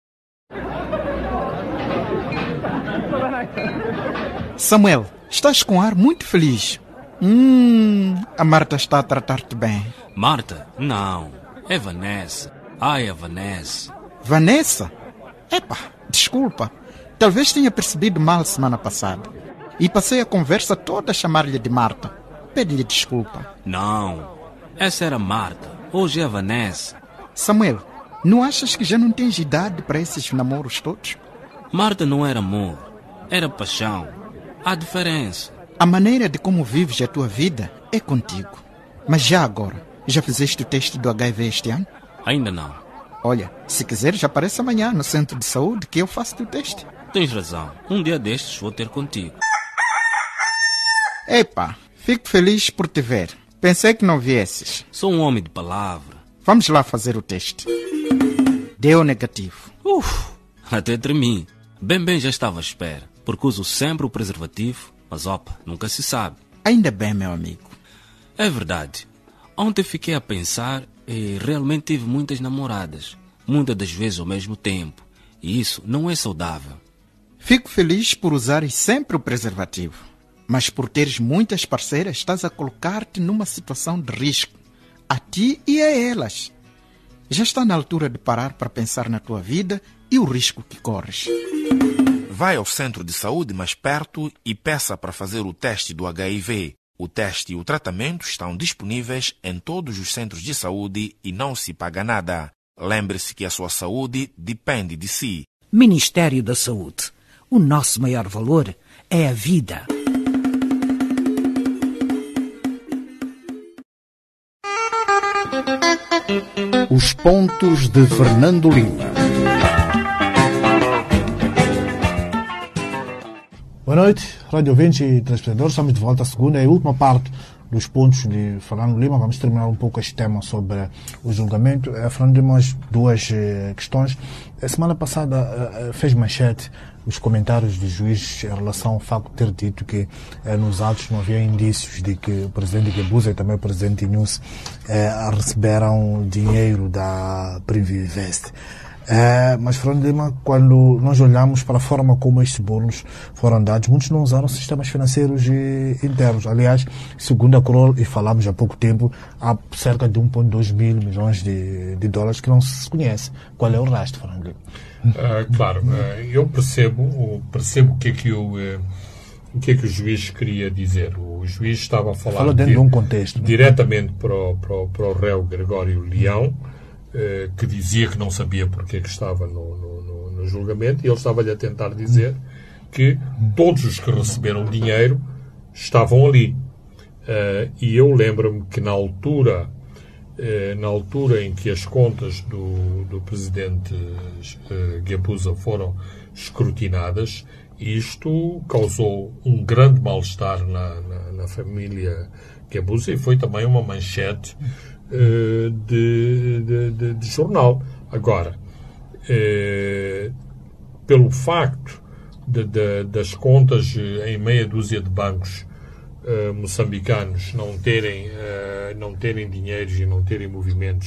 S7: Samuel, estás com ar muito feliz. Hum, a Marta está a tratar-te bem.
S8: Marta? Não. É Vanessa. Ai, a Vanessa.
S7: Vanessa? Epa, desculpa. Talvez tenha percebido mal semana passada. E passei a conversa toda a chamar-lhe de Marta. Pede-lhe desculpa.
S8: Não. Essa era Marta. Hoje é a Vanessa.
S7: Samuel, não achas que já não tens idade para esses namoros todos?
S8: Marta não era amor. Era paixão. Há diferença.
S7: A maneira de como vives a tua vida é contigo. Mas já agora, já fizeste o teste do H I V este ano?
S8: Ainda não.
S7: Olha, se quiseres, aparece amanhã no centro de saúde que eu faço o teste.
S8: Tens razão. Um dia destes vou ter contigo.
S7: Epa, fico feliz por te ver. Pensei que não viesses.
S8: Sou um homem de palavra.
S7: Vamos lá fazer o teste. Deu negativo.
S8: Uf, até tremi. Bem bem já estava à espera, porque uso sempre o preservativo, mas opa, nunca se sabe.
S7: Ainda bem, meu amigo.
S8: É verdade. Ontem fiquei a pensar e realmente tive muitas namoradas, muitas das vezes ao mesmo tempo, e isso não é saudável.
S7: Fico feliz por usares sempre o preservativo, mas por teres muitas parceiras estás a colocar-te numa situação de risco, a ti e a elas. Já está na altura de parar para pensar na tua vida e o risco que corres.
S9: Vai ao centro de saúde mais perto e peça para fazer o teste do H I V. O teste e o tratamento estão disponíveis em todos os centros de saúde e não se paga nada. Lembre-se que a sua saúde depende de si.
S10: Ministério da Saúde. O nosso maior valor é a vida.
S1: Os pontos de Fernando Lima.
S2: Boa noite, rádio ouvintes e telespectadores. Estamos de volta à segunda e última parte dos pontos de Fernando Lima. Vamos terminar um pouco este tema sobre o julgamento. Fernando Lima, duas questões. A semana passada fez manchete os comentários do juiz em relação ao facto de ter dito que nos autos não havia indícios de que o presidente Guebuza e também o presidente Inús receberam dinheiro da Privinvest. É, mas, Fernando Lima, quando nós olhamos para a forma como estes bônus foram dados, muitos não usaram sistemas financeiros internos. Aliás, segundo a Kroll, e falámos há pouco tempo, há cerca de um vírgula dois mil milhões de, de dólares que não se conhece. Qual é o resto, Fernando Lima?
S3: Uh, claro, uh, eu percebo, percebo o que é que o, uh, o que é que o juiz queria dizer. O juiz estava a falar
S2: Fala dentro de, de um contexto,
S3: diretamente para o, para, o, para o réu Gregório Leão, que dizia que não sabia porque é que estava no, no, no julgamento, e ele estava-lhe a tentar dizer que todos os que receberam dinheiro estavam ali. Uh, e eu lembro-me que na altura, uh, na altura em que as contas do, do presidente uh, Guebuza foram escrutinadas, isto causou um grande mal-estar na, na, na família Guebuza e foi também uma manchete De, de, de, de jornal. Agora, eh, pelo facto de, de, das contas em meia dúzia de bancos eh, moçambicanos não terem, eh, não terem dinheiros e não terem movimentos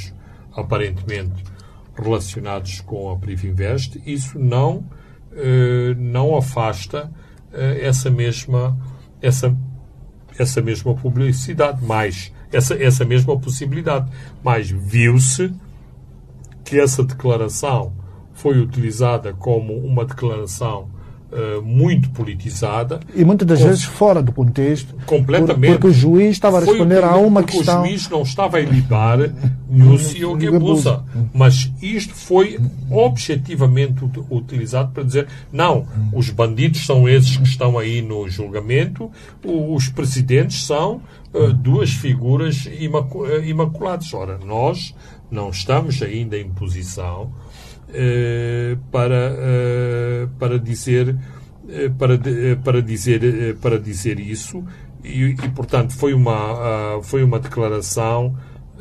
S3: aparentemente relacionados com a Privinvest, isso não, eh, não afasta eh, essa mesma essa, essa mesma publicidade, mais essa, essa mesma possibilidade. Mas viu-se que essa declaração foi utilizada como uma declaração Uh, muito politizada.
S2: E muitas das
S3: com,
S2: vezes fora do contexto.
S3: Completamente.
S2: Por, porque o juiz estava a responder a uma
S3: porque
S2: questão...
S3: o juiz não estava a lidar Núcio ou Guebuza. Mas isto foi objetivamente utilizado para dizer, não, os bandidos são esses que estão aí no julgamento, os presidentes são uh, duas figuras imacu imaculadas. Ora, nós não estamos ainda em posição Uh, para uh, para dizer uh, para uh, para dizer uh, para dizer isso e, e portanto foi uma uh, foi uma declaração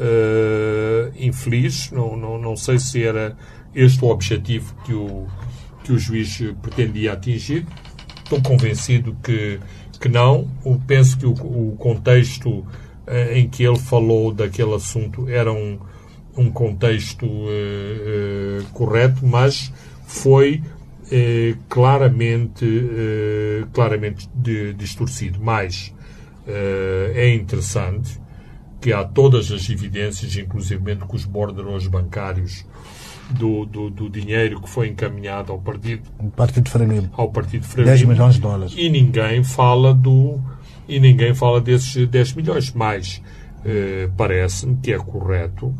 S3: uh, infeliz. Não, não não sei se era este o objetivo que o que o juiz pretendia atingir. Estou convencido que que não. Eu penso que o, o contexto uh, em que ele falou daquele assunto era um um contexto uh, uh, correto, mas foi uh, claramente, uh, claramente de, distorcido. Mas uh, é interessante que há todas as evidências, inclusive com os borderos bancários do, do, do dinheiro que foi encaminhado ao partido,
S2: partido Frelimo,
S3: ao partido Frelimo,
S2: dez milhões de dólares.
S3: E ninguém fala do e ninguém fala desses dez milhões. Mas uh, parece-me que é correto.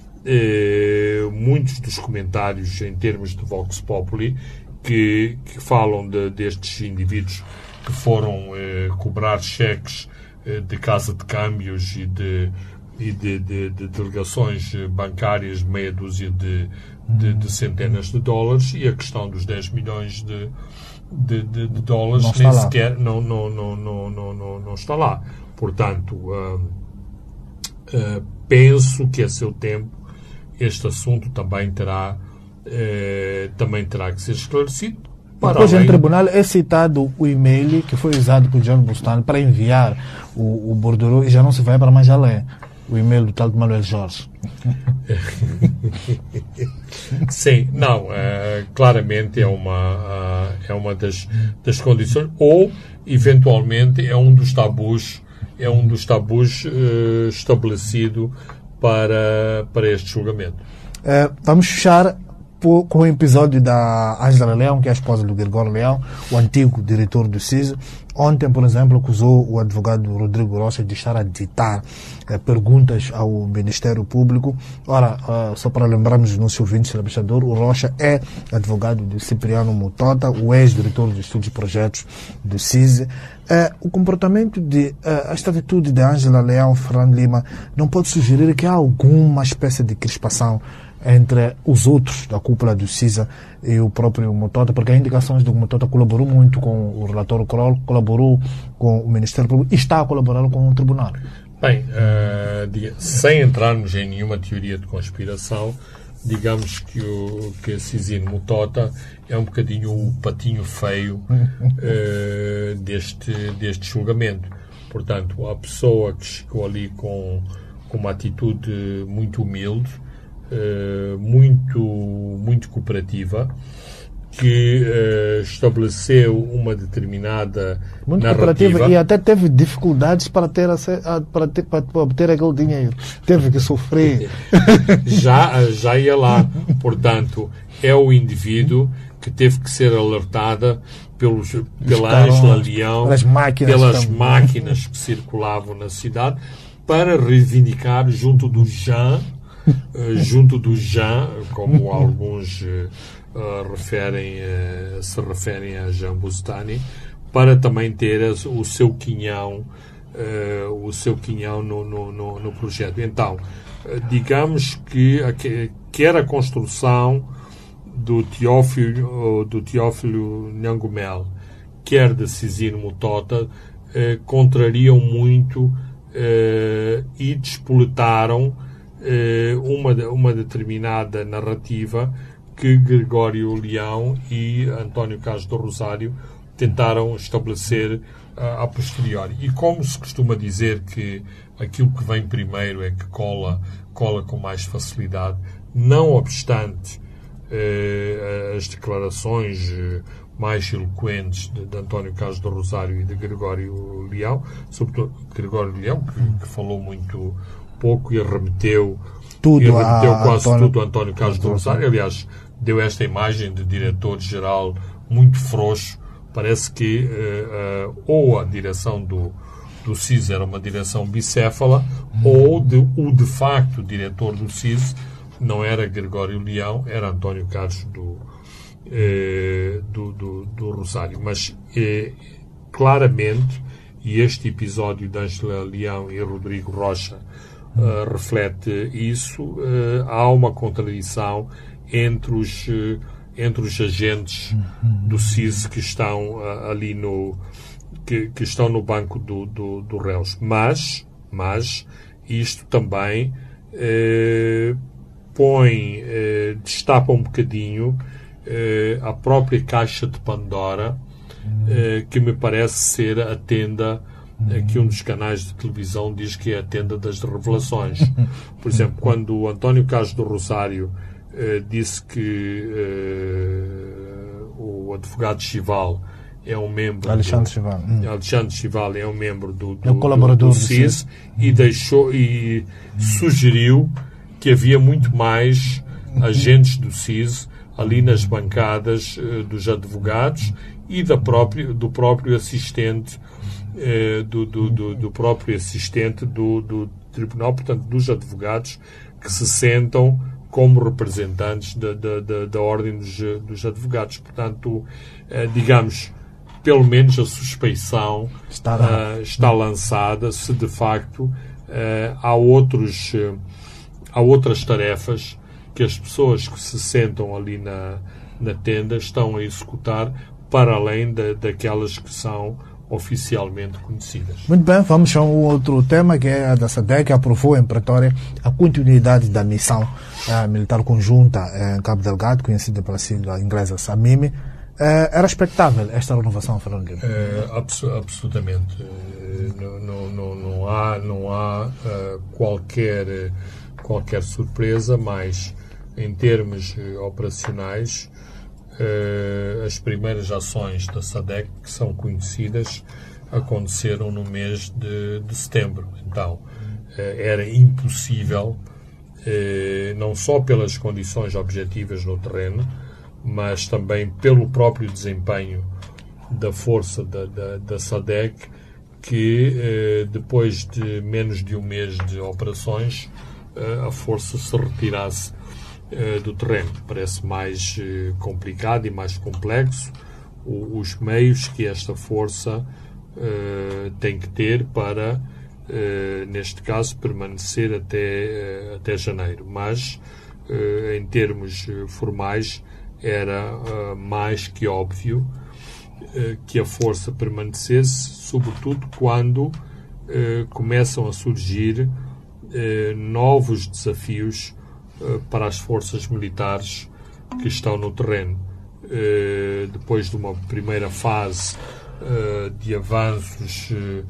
S3: Eh, muitos dos comentários em termos de Vox Populi que, que falam de, destes indivíduos que foram eh, cobrar cheques eh, de casa de câmbios e de, e de, de, de delegações bancárias de meia dúzia de, de, de centenas de dólares, e a questão dos dez milhões de, de, de, de dólares nem sequer não, não, não, não, não, não, não está lá. Portanto, uh, uh, penso que a seu tempo este assunto também terá, eh, também terá que ser esclarecido.
S2: Depois, além... em tribunal, é citado o e-mail que foi usado por John Bustani para enviar o, o bordereau, e já não se vai para mais além. O e-mail do tal de Manuel Jorge.
S3: Sim, não, uh, claramente é uma, uh, é uma das, das condições, ou, eventualmente, é um dos tabus, é um dos tabus uh, estabelecido Para, para este julgamento.
S2: Uh, vamos fechar por, com o episódio da Ângela Leão, que é a esposa do Gregório Leão, o antigo diretor do C I S. Ontem, por exemplo, acusou o advogado Rodrigo Rocha de estar a ditar uh, perguntas ao Ministério Público. Ora, uh, só para lembrarmos os nossos ouvintes, entrevistador, o Rocha é advogado de Cipriano Mutota, o ex-diretor de estudos e projetos do C I S. Uh, o comportamento de uh, esta atitude de Ângela Leão Fernando Lima não pode sugerir que há alguma espécie de crispação entre os outros da cúpula do C I S A e o próprio Mutota, porque as indicações do Mutota colaborou muito com o relator Kroll, colaborou com o Ministério Público e está a colaborar com o Tribunal.
S3: Bem, uh, diga, sem entrarmos em nenhuma teoria de conspiração, digamos que o que Cisino Mutota é um bocadinho o patinho feio uh, deste, deste julgamento. Portanto, a pessoa que chegou ali com, com uma atitude muito humilde, uh, muito, muito cooperativa, que uh, estabeleceu uma determinada
S2: muito
S3: narrativa
S2: e até teve dificuldades para ter, para ter para obter aquele dinheiro, teve que sofrer.
S3: já já ia lá. Portanto, é o indivíduo que teve que ser alertada pelos pela Ângela Leão,
S2: pelas máquinas,
S3: pelas máquinas que circulavam na cidade, para reivindicar junto do Jean, uh, junto do Jean, como alguns uh, Uh, referem, uh, se referem a Jean Bustani, para também ter as, o seu quinhão, uh, o seu quinhão no, no, no, no projeto. Então, uh, digamos que a, quer a construção do Teófilo, do Teófilo Nhangumel, quer de Cisino Mutota, uh, contrariam muito uh, e despoletaram uh, uma, uma determinada narrativa que Gregório Leão e António Carlos do Rosário tentaram estabelecer uh, a posteriori. E como se costuma dizer que aquilo que vem primeiro é que cola, cola com mais facilidade, não obstante uh, as declarações uh, mais eloquentes de, de António Carlos do Rosário e de Gregório Leão, sobretudo Gregório Leão, que, que falou muito pouco e remeteu,
S2: tudo
S3: e remeteu
S2: a
S3: quase
S2: António...
S3: tudo a António Carlos do Rosário. Aliás, deu esta imagem de diretor-geral muito frouxo. Parece que uh, uh, ou a direção do, do C I S era uma direção bicéfala, ou de, o de facto diretor do C I S não era Gregório Leão, era António Carlos do, uh, do, do, do Rosário. Mas uh, claramente, e este episódio de Ângela Leão e Rodrigo Rocha uh, reflete isso, uh, há uma contradição entre os, uh, entre os agentes do C I S que estão uh, ali no que, que estão no banco do, do, do réus. Mas, mas isto também uh, põe, uh, destapa um bocadinho uh, a própria caixa de Pandora, uh, que me parece ser a tenda uh, que um dos canais de televisão diz que é a tenda das revelações. Por exemplo, quando o António Carlos do Rosário Uh, disse que uh, o advogado Chival é um membro
S2: Alexandre
S3: do,
S2: Chival hum.
S3: Alexandre Chival é um membro do, do,
S2: é um colaborador
S3: do, do C I S e deixou e sugeriu que havia muito mais agentes do C I S ali nas bancadas uh, dos advogados e da própria, do próprio assistente uh, do, do, do, do próprio assistente do, do tribunal, portanto dos advogados que se sentam como representantes da, da, da, da Ordem dos, dos Advogados. Portanto, eh, digamos, pelo menos a suspeição está, uh, está lançada se de facto uh, há, outros, uh, há outras tarefas que as pessoas que se sentam ali na, na tenda estão a executar para além da, daquelas que são oficialmente conhecidas.
S2: Muito bem, vamos a um outro tema, que é a da SADC, que aprovou em Pretória a continuidade da missão uh, militar conjunta uh, em Cabo Delgado, conhecida pela sigla inglesa SAMIMI. Uh, era expectável esta renovação, Fernando Lima?
S3: Uh, abso absolutamente. Uh, não, não, não, não há, não há uh, qualquer, qualquer surpresa, mas em termos uh, operacionais, Uh, as primeiras ações da SADC que são conhecidas aconteceram no mês de, de setembro. Então, uh, era impossível, uh, não só pelas condições objetivas no terreno, mas também pelo próprio desempenho da força da, da, da SADC, que uh, depois de menos de um mês de operações, uh, a força se retirasse do terreno. Parece mais uh, complicado e mais complexo o, os meios que esta força uh, tem que ter para, uh, neste caso, permanecer até, uh, até janeiro. Mas, uh, em termos uh, formais, era uh, mais que óbvio uh, que a força permanecesse, sobretudo quando uh, começam a surgir uh, novos desafios para as forças militares que estão no terreno. Uh, depois de uma primeira fase uh, de avanços uh,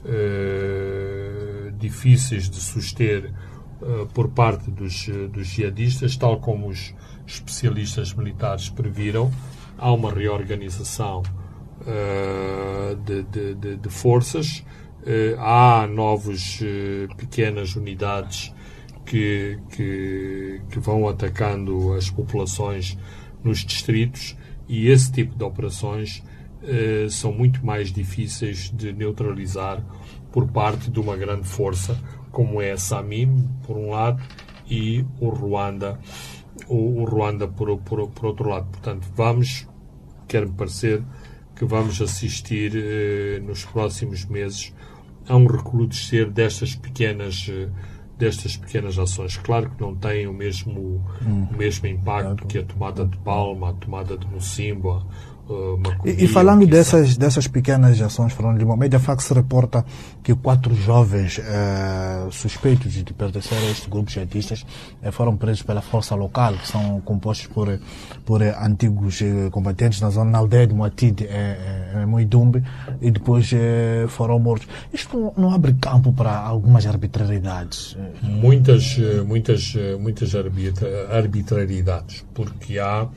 S3: uh, difíceis de suster uh, por parte dos, uh, dos jihadistas, tal como os especialistas militares previram, há uma reorganização uh, de, de, de, de forças, uh, há novas uh, pequenas unidades Que, que, que vão atacando as populações nos distritos, e esse tipo de operações eh, são muito mais difíceis de neutralizar por parte de uma grande força como é a SAMIM, por um lado, e o Ruanda, o, o Ruanda por, por, por outro lado. Portanto, vamos, quer-me parecer, que vamos assistir eh, nos próximos meses a um recrudescer destas pequenas eh, destas pequenas ações. Claro que não têm o mesmo, hum. o mesmo impacto que a tomada de Palma, a tomada de Mocimboa
S2: E, e falando dessas, dessas pequenas ações, Fernando Lima, o Mediafax reporta que quatro jovens eh, suspeitos de pertencer a este grupo jihadistas eh, foram presos pela força local, que são compostos por, por eh, antigos eh, combatentes na zona, na aldeia de Moatide, eh, eh, Moidumbe, e depois eh, foram mortos. Isto não abre campo para algumas arbitrariedades?
S3: Muitas, muitas, muitas arbitra, arbitrariedades, porque há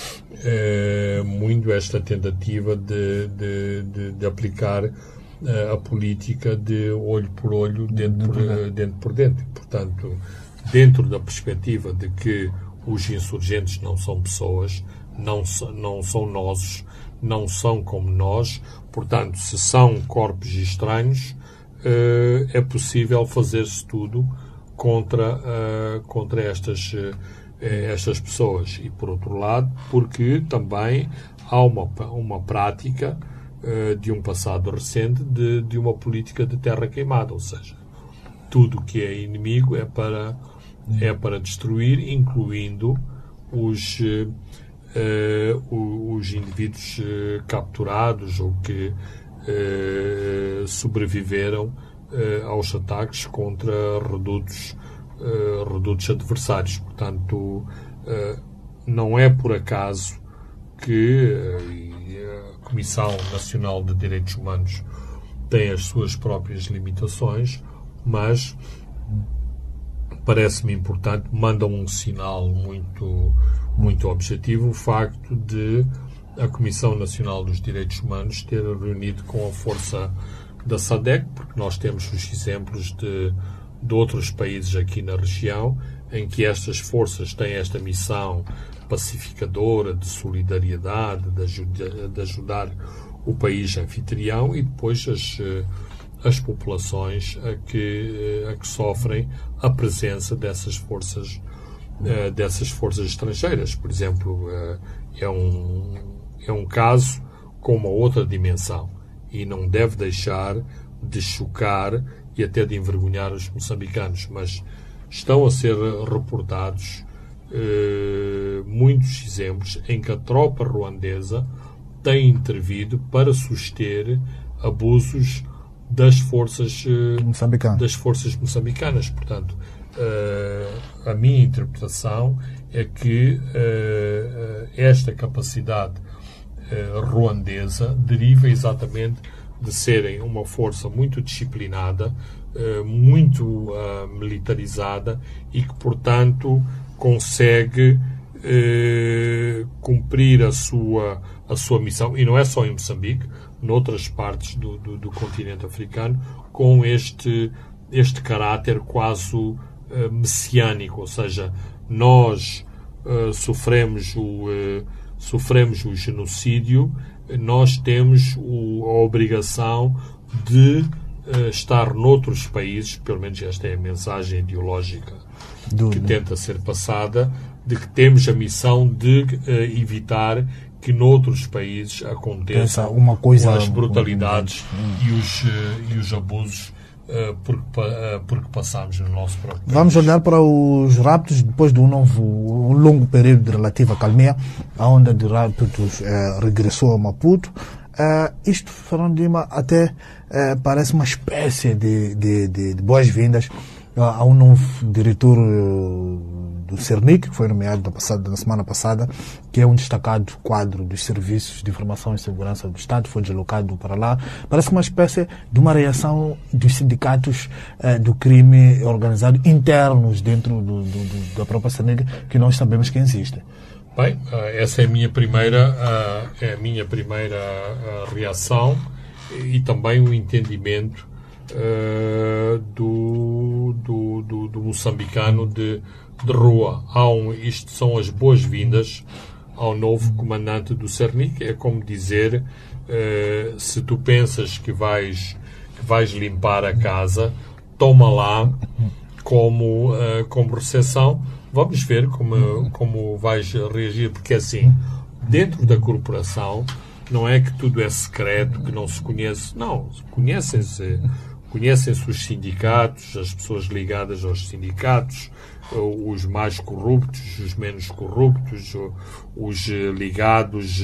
S3: É, muito esta tentativa de, de, de, de aplicar uh, a política de olho por olho, dentro por, uh, dentro por dentro. Portanto, dentro da perspectiva de que os insurgentes não são pessoas, não, não são nós, não são como nós, portanto, se são corpos estranhos, uh, é possível fazer-se tudo contra, uh, contra estas uh, estas pessoas. E, por outro lado, porque também há uma, uma prática uh, de um passado recente de, de uma política de terra queimada, ou seja, tudo que é inimigo é para, é para destruir, incluindo os, uh, uh, os indivíduos uh, capturados ou que uh, sobreviveram uh, aos ataques contra redutos Uh, redutos adversários. Portanto, uh, não é por acaso que uh, a Comissão Nacional de Direitos Humanos tem as suas próprias limitações, mas parece-me importante, manda um sinal muito, muito objetivo o facto de a Comissão Nacional dos Direitos Humanos ter reunido com a força da SADC, porque nós temos os exemplos de de outros países aqui na região, em que estas forças têm esta missão pacificadora, de solidariedade, de, ajuda, de ajudar o país anfitrião, e depois as, as populações a que, a que sofrem a presença dessas forças, dessas forças estrangeiras. Por exemplo, é um, é um caso com uma outra dimensão e não deve deixar de chocar e até de envergonhar os moçambicanos, mas estão a ser reportados eh, muitos exemplos em que a tropa ruandesa tem intervido para suster abusos das forças eh,
S2: moçambicanas.
S3: das forças moçambicanas. Portanto, eh, a minha interpretação é que eh, esta capacidade eh, ruandesa deriva exatamente de serem uma força muito disciplinada, muito militarizada e que, portanto, consegue cumprir a sua, a sua missão, e não é só em Moçambique, noutras partes do, do, do continente africano, com este, este caráter quase messiânico, ou seja, nós sofremos o, sofremos o genocídio, nós temos o, a obrigação de uh, estar noutros países, pelo menos esta é a mensagem ideológica do, que tenta ser passada, de que temos a missão de uh, evitar que noutros países aconteçam
S2: uma coisa,
S3: as brutalidades hum. e, os, uh, e os abusos uh, porque, uh, porque passamos no nosso próprio país.
S2: Vamos olhar para os raptos depois de um novo, um longo período de relativa calmia. A onda de raptos uh, regressou a Maputo. Uh, isto, Fernando Lima, até uh, parece uma espécie de, de, de, de boas-vindas uh, a um novo diretor uh, do Cernic, que foi nomeado na, passada, na semana passada, que é um destacado quadro dos serviços de informação e segurança do Estado, foi deslocado para lá. Parece uma espécie de uma reação dos sindicatos uh, do crime organizado internos dentro do, do, do, da própria Cernic, que nós sabemos que existem.
S3: Bem, essa é a minha primeira, é a minha primeira reação e também o entendimento do, do, do, do moçambicano de, de rua. Há um, isto são as boas-vindas ao novo comandante do Cernic. É como dizer, se tu pensas que vais, que vais limpar a casa, toma lá como, como recepção. Vamos ver como, como vais reagir, porque assim, dentro da corporação, não é que tudo é secreto, que não se conhece. Não, conhecem-se conhecem-se os sindicatos, as pessoas ligadas aos sindicatos, os mais corruptos, os menos corruptos, os ligados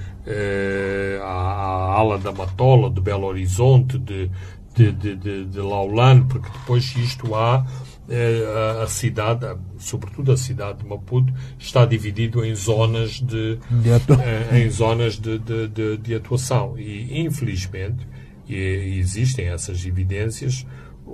S3: eh, à, à ala da Matola, de Belo Horizonte, de, de, de, de, de Laulane, porque depois isto há eh, a, a cidade, sobretudo a cidade de Maputo, está dividido em zonas de,
S2: de atu...
S3: eh, em zonas de, de, de, de atuação. E, infelizmente, e, e existem essas evidências,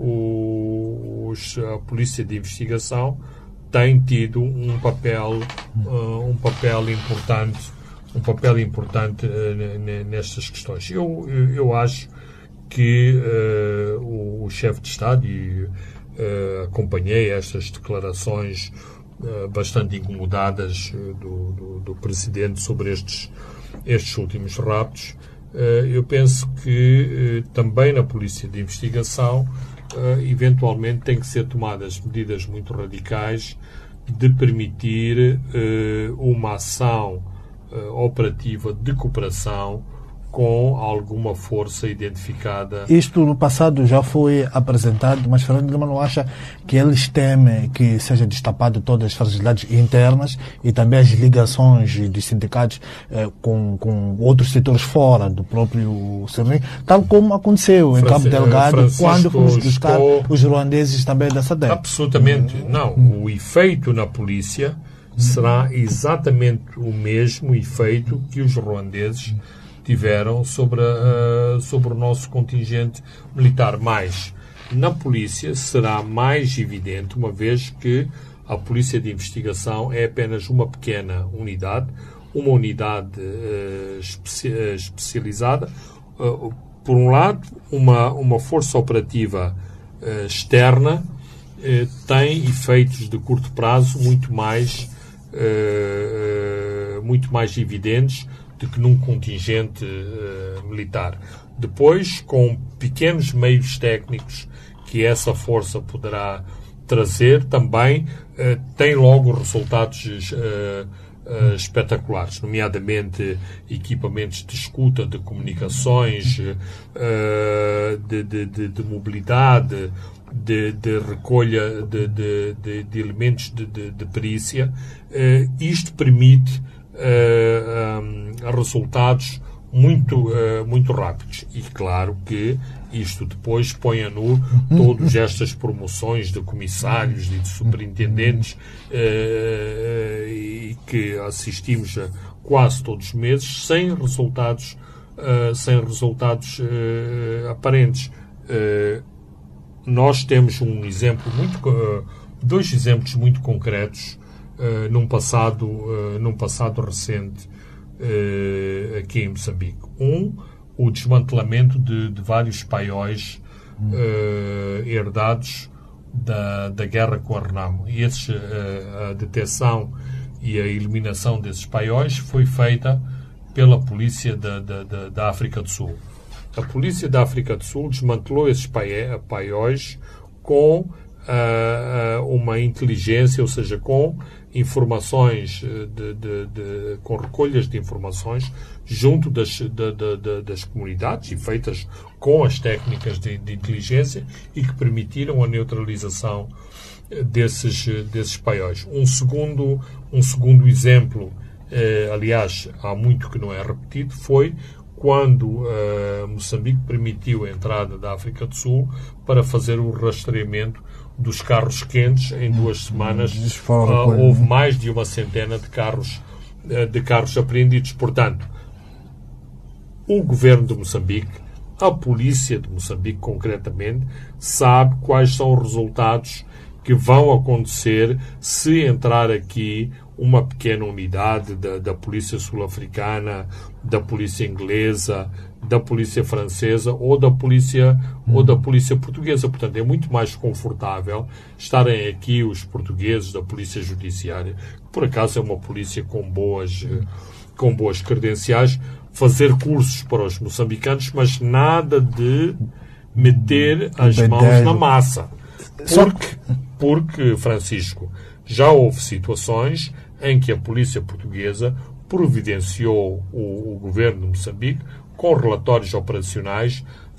S3: Os, a Polícia de Investigação tem tido um papel, uh, um papel importante, um papel importante uh, nestas questões. Eu, eu, eu acho que uh, o, o chefe de Estado, e uh, acompanhei estas declarações uh, bastante incomodadas uh, do, do, do Presidente sobre estes, estes últimos raptos, uh, eu penso que uh, também na Polícia de Investigação Uh, eventualmente têm que ser tomadas medidas muito radicais de permitir uh, uma ação uh, operativa de cooperação com alguma força identificada.
S2: Isto no passado já foi apresentado, mas Fernando Lima não acha que eles temem que seja destapado todas as fragilidades internas e também as ligações dos sindicatos eh, com, com outros setores fora do próprio Cernim, tal como aconteceu em Cabo Delgado, Francisco, quando fomos buscar estou... os ruandeses também dessa década.
S3: Absolutamente. Hum. Não. O efeito na polícia será exatamente o mesmo efeito que os ruandeses tiveram sobre, a, sobre o nosso contingente militar. Mas na polícia será mais evidente, uma vez que a Polícia de Investigação é apenas uma pequena unidade, uma unidade uh, especi especializada. Uh, por um lado, uma, uma força operativa uh, externa uh, tem efeitos de curto prazo muito mais, uh, uh, muito mais evidentes do que num contingente uh, militar. Depois, com pequenos meios técnicos que essa força poderá trazer, também uh, tem logo resultados uh, uh, espetaculares, nomeadamente equipamentos de escuta, de comunicações, uh, de, de, de, de mobilidade, de, de recolha de, de, de, de elementos de, de, de perícia. Uh, isto permite Uh, um, resultados muito, uh, muito rápidos. E claro que isto depois põe a nu todas estas promoções de comissários e de superintendentes uh, e que assistimos a quase todos os meses sem resultados, uh, sem resultados uh, aparentes. Uh, nós temos um exemplo muito, uh, dois exemplos muito concretos Uh, num, passado, uh, num passado recente uh, aqui em Moçambique. Um, o desmantelamento de, de vários paióis uh, herdados da, da guerra com a Renamo. E esses, uh, a detecção e a eliminação desses paióis foi feita pela polícia da, da, da, da África do Sul. A polícia da África do Sul desmantelou esses paióis com uh, uma inteligência, ou seja, com informações, de, de, de, com recolhas de informações junto das, de, de, de, das comunidades e feitas com as técnicas de, de inteligência e que permitiram a neutralização desses, desses paióis. Um segundo, um segundo exemplo, eh, aliás, há muito que não é repetido, foi quando eh, Moçambique permitiu a entrada da África do Sul para fazer o rastreamento dos carros quentes. Em duas semanas uh, houve mais de uma centena de carros, uh, de carros apreendidos. Portanto, o governo de Moçambique, a polícia de Moçambique concretamente, sabe quais são os resultados que vão acontecer se entrar aqui uma pequena unidade da, da polícia sul-africana, da polícia inglesa, da polícia francesa ou da polícia, hum. ou da polícia portuguesa. Portanto, é muito mais confortável estarem aqui os portugueses da polícia judiciária, que por acaso é uma polícia com boas, hum. com boas credenciais, fazer cursos para os moçambicanos, mas nada de meter as mãos na massa. Porque, porque, Francisco, já houve situações em que a polícia portuguesa providenciou o, o governo de Moçambique com relatórios operacionais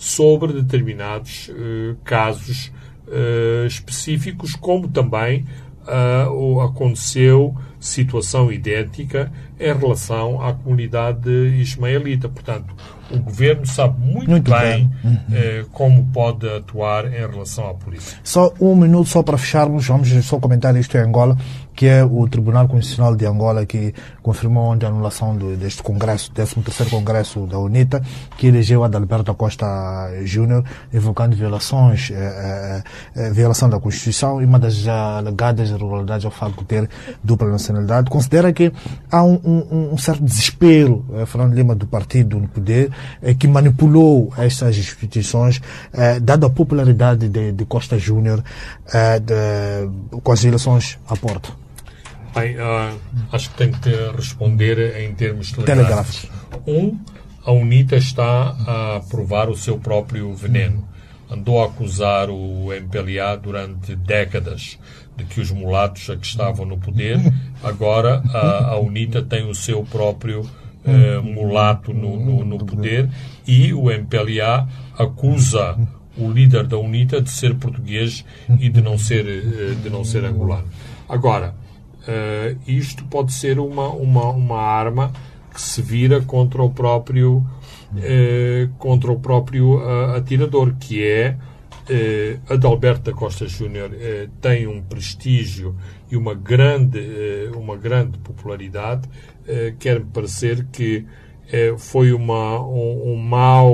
S3: sobre determinados uh, casos uh, específicos, como também uh, aconteceu situação idêntica em relação à comunidade ismaelita. Portanto, o governo sabe muito, muito bem, bem. Uhum. Eh, como pode atuar em relação à polícia.
S2: Só um minuto só para fecharmos, vamos só comentar isto em Angola, que é o Tribunal Constitucional de Angola que confirmou ontem a anulação do, deste congresso, décimo terceiro congresso da UNITA, que elegeu Adalberto Costa Júnior, evocando violações, eh, eh, violação da Constituição, e uma das alegadas irregularidades ao facto de ter dupla nacionalidade. Considera que há um, um, um certo desespero, eh, Fernando Lima, do partido no poder, eh, que manipulou estas instituições, eh, dada a popularidade de, de Costa Júnior, eh, de, com as eleições à porta.
S3: Bem, uh, acho que tenho que responder em termos telegráficos. Um, a UNITA está a provar o seu próprio veneno. Andou a acusar o M P L A durante décadas de que os mulatos a que estavam no poder. Agora a, a UNITA tem o seu próprio uh, mulato no, no, no poder, e o M P L A acusa o líder da UNITA de ser português e de não ser, uh, de não ser angolano. Agora, Uh, isto pode ser uma, uma, uma arma que se vira contra o próprio, uh, contra o próprio uh, atirador, que é uh, Adalberto da Costa Júnior. Uh, tem um prestígio e uma grande, uh, uma grande popularidade. Uh, Quer-me parecer que uh, foi uma, um, um mau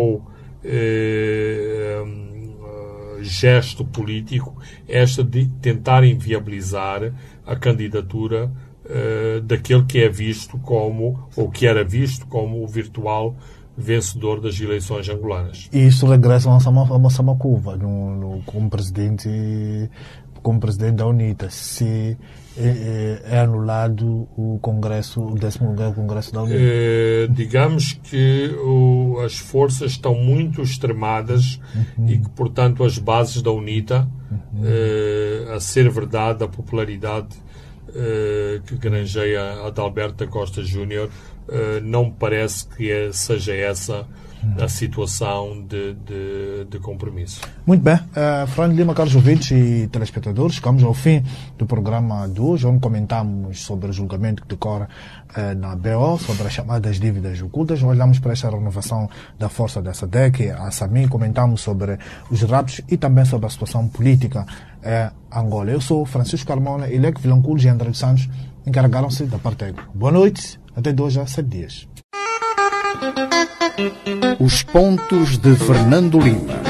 S3: uh, um, gesto político esta de tentar inviabilizar a candidatura uh, daquele que é visto como, ou que era visto como o virtual vencedor das eleições angolanas.
S2: E isso regressa a Massamacuva, no, no, como presidente, como presidente da UNITA. Se é, é anulado o congresso, o décimo congresso da UNITA.
S3: Uh, digamos que o, as forças estão muito extremadas, uhum. e que, portanto, as bases da UNITA, uhum. uh, a ser verdade, a popularidade uh, que granjeia Adalberto da Costa Júnior, uh, não me parece que é, seja essa a situação de, de, de compromisso.
S2: Muito bem. Uh, Fernando Lima, caros ouvintes e telespectadores, chegamos ao fim do programa de hoje, onde comentamos sobre o julgamento que decorre uh, na B O, sobre as chamadas dívidas ocultas. Olhamos para esta renovação da força da SADC, a SAMI, comentamos sobre os raptos e também sobre a situação política em Angola. Eu sou Francisco Carmona e Leque Vilanculos e André Santos encarregaram-se da parte técnica. Boa noite, até dois a sete dias.
S1: Os pontos de Fernando Lima.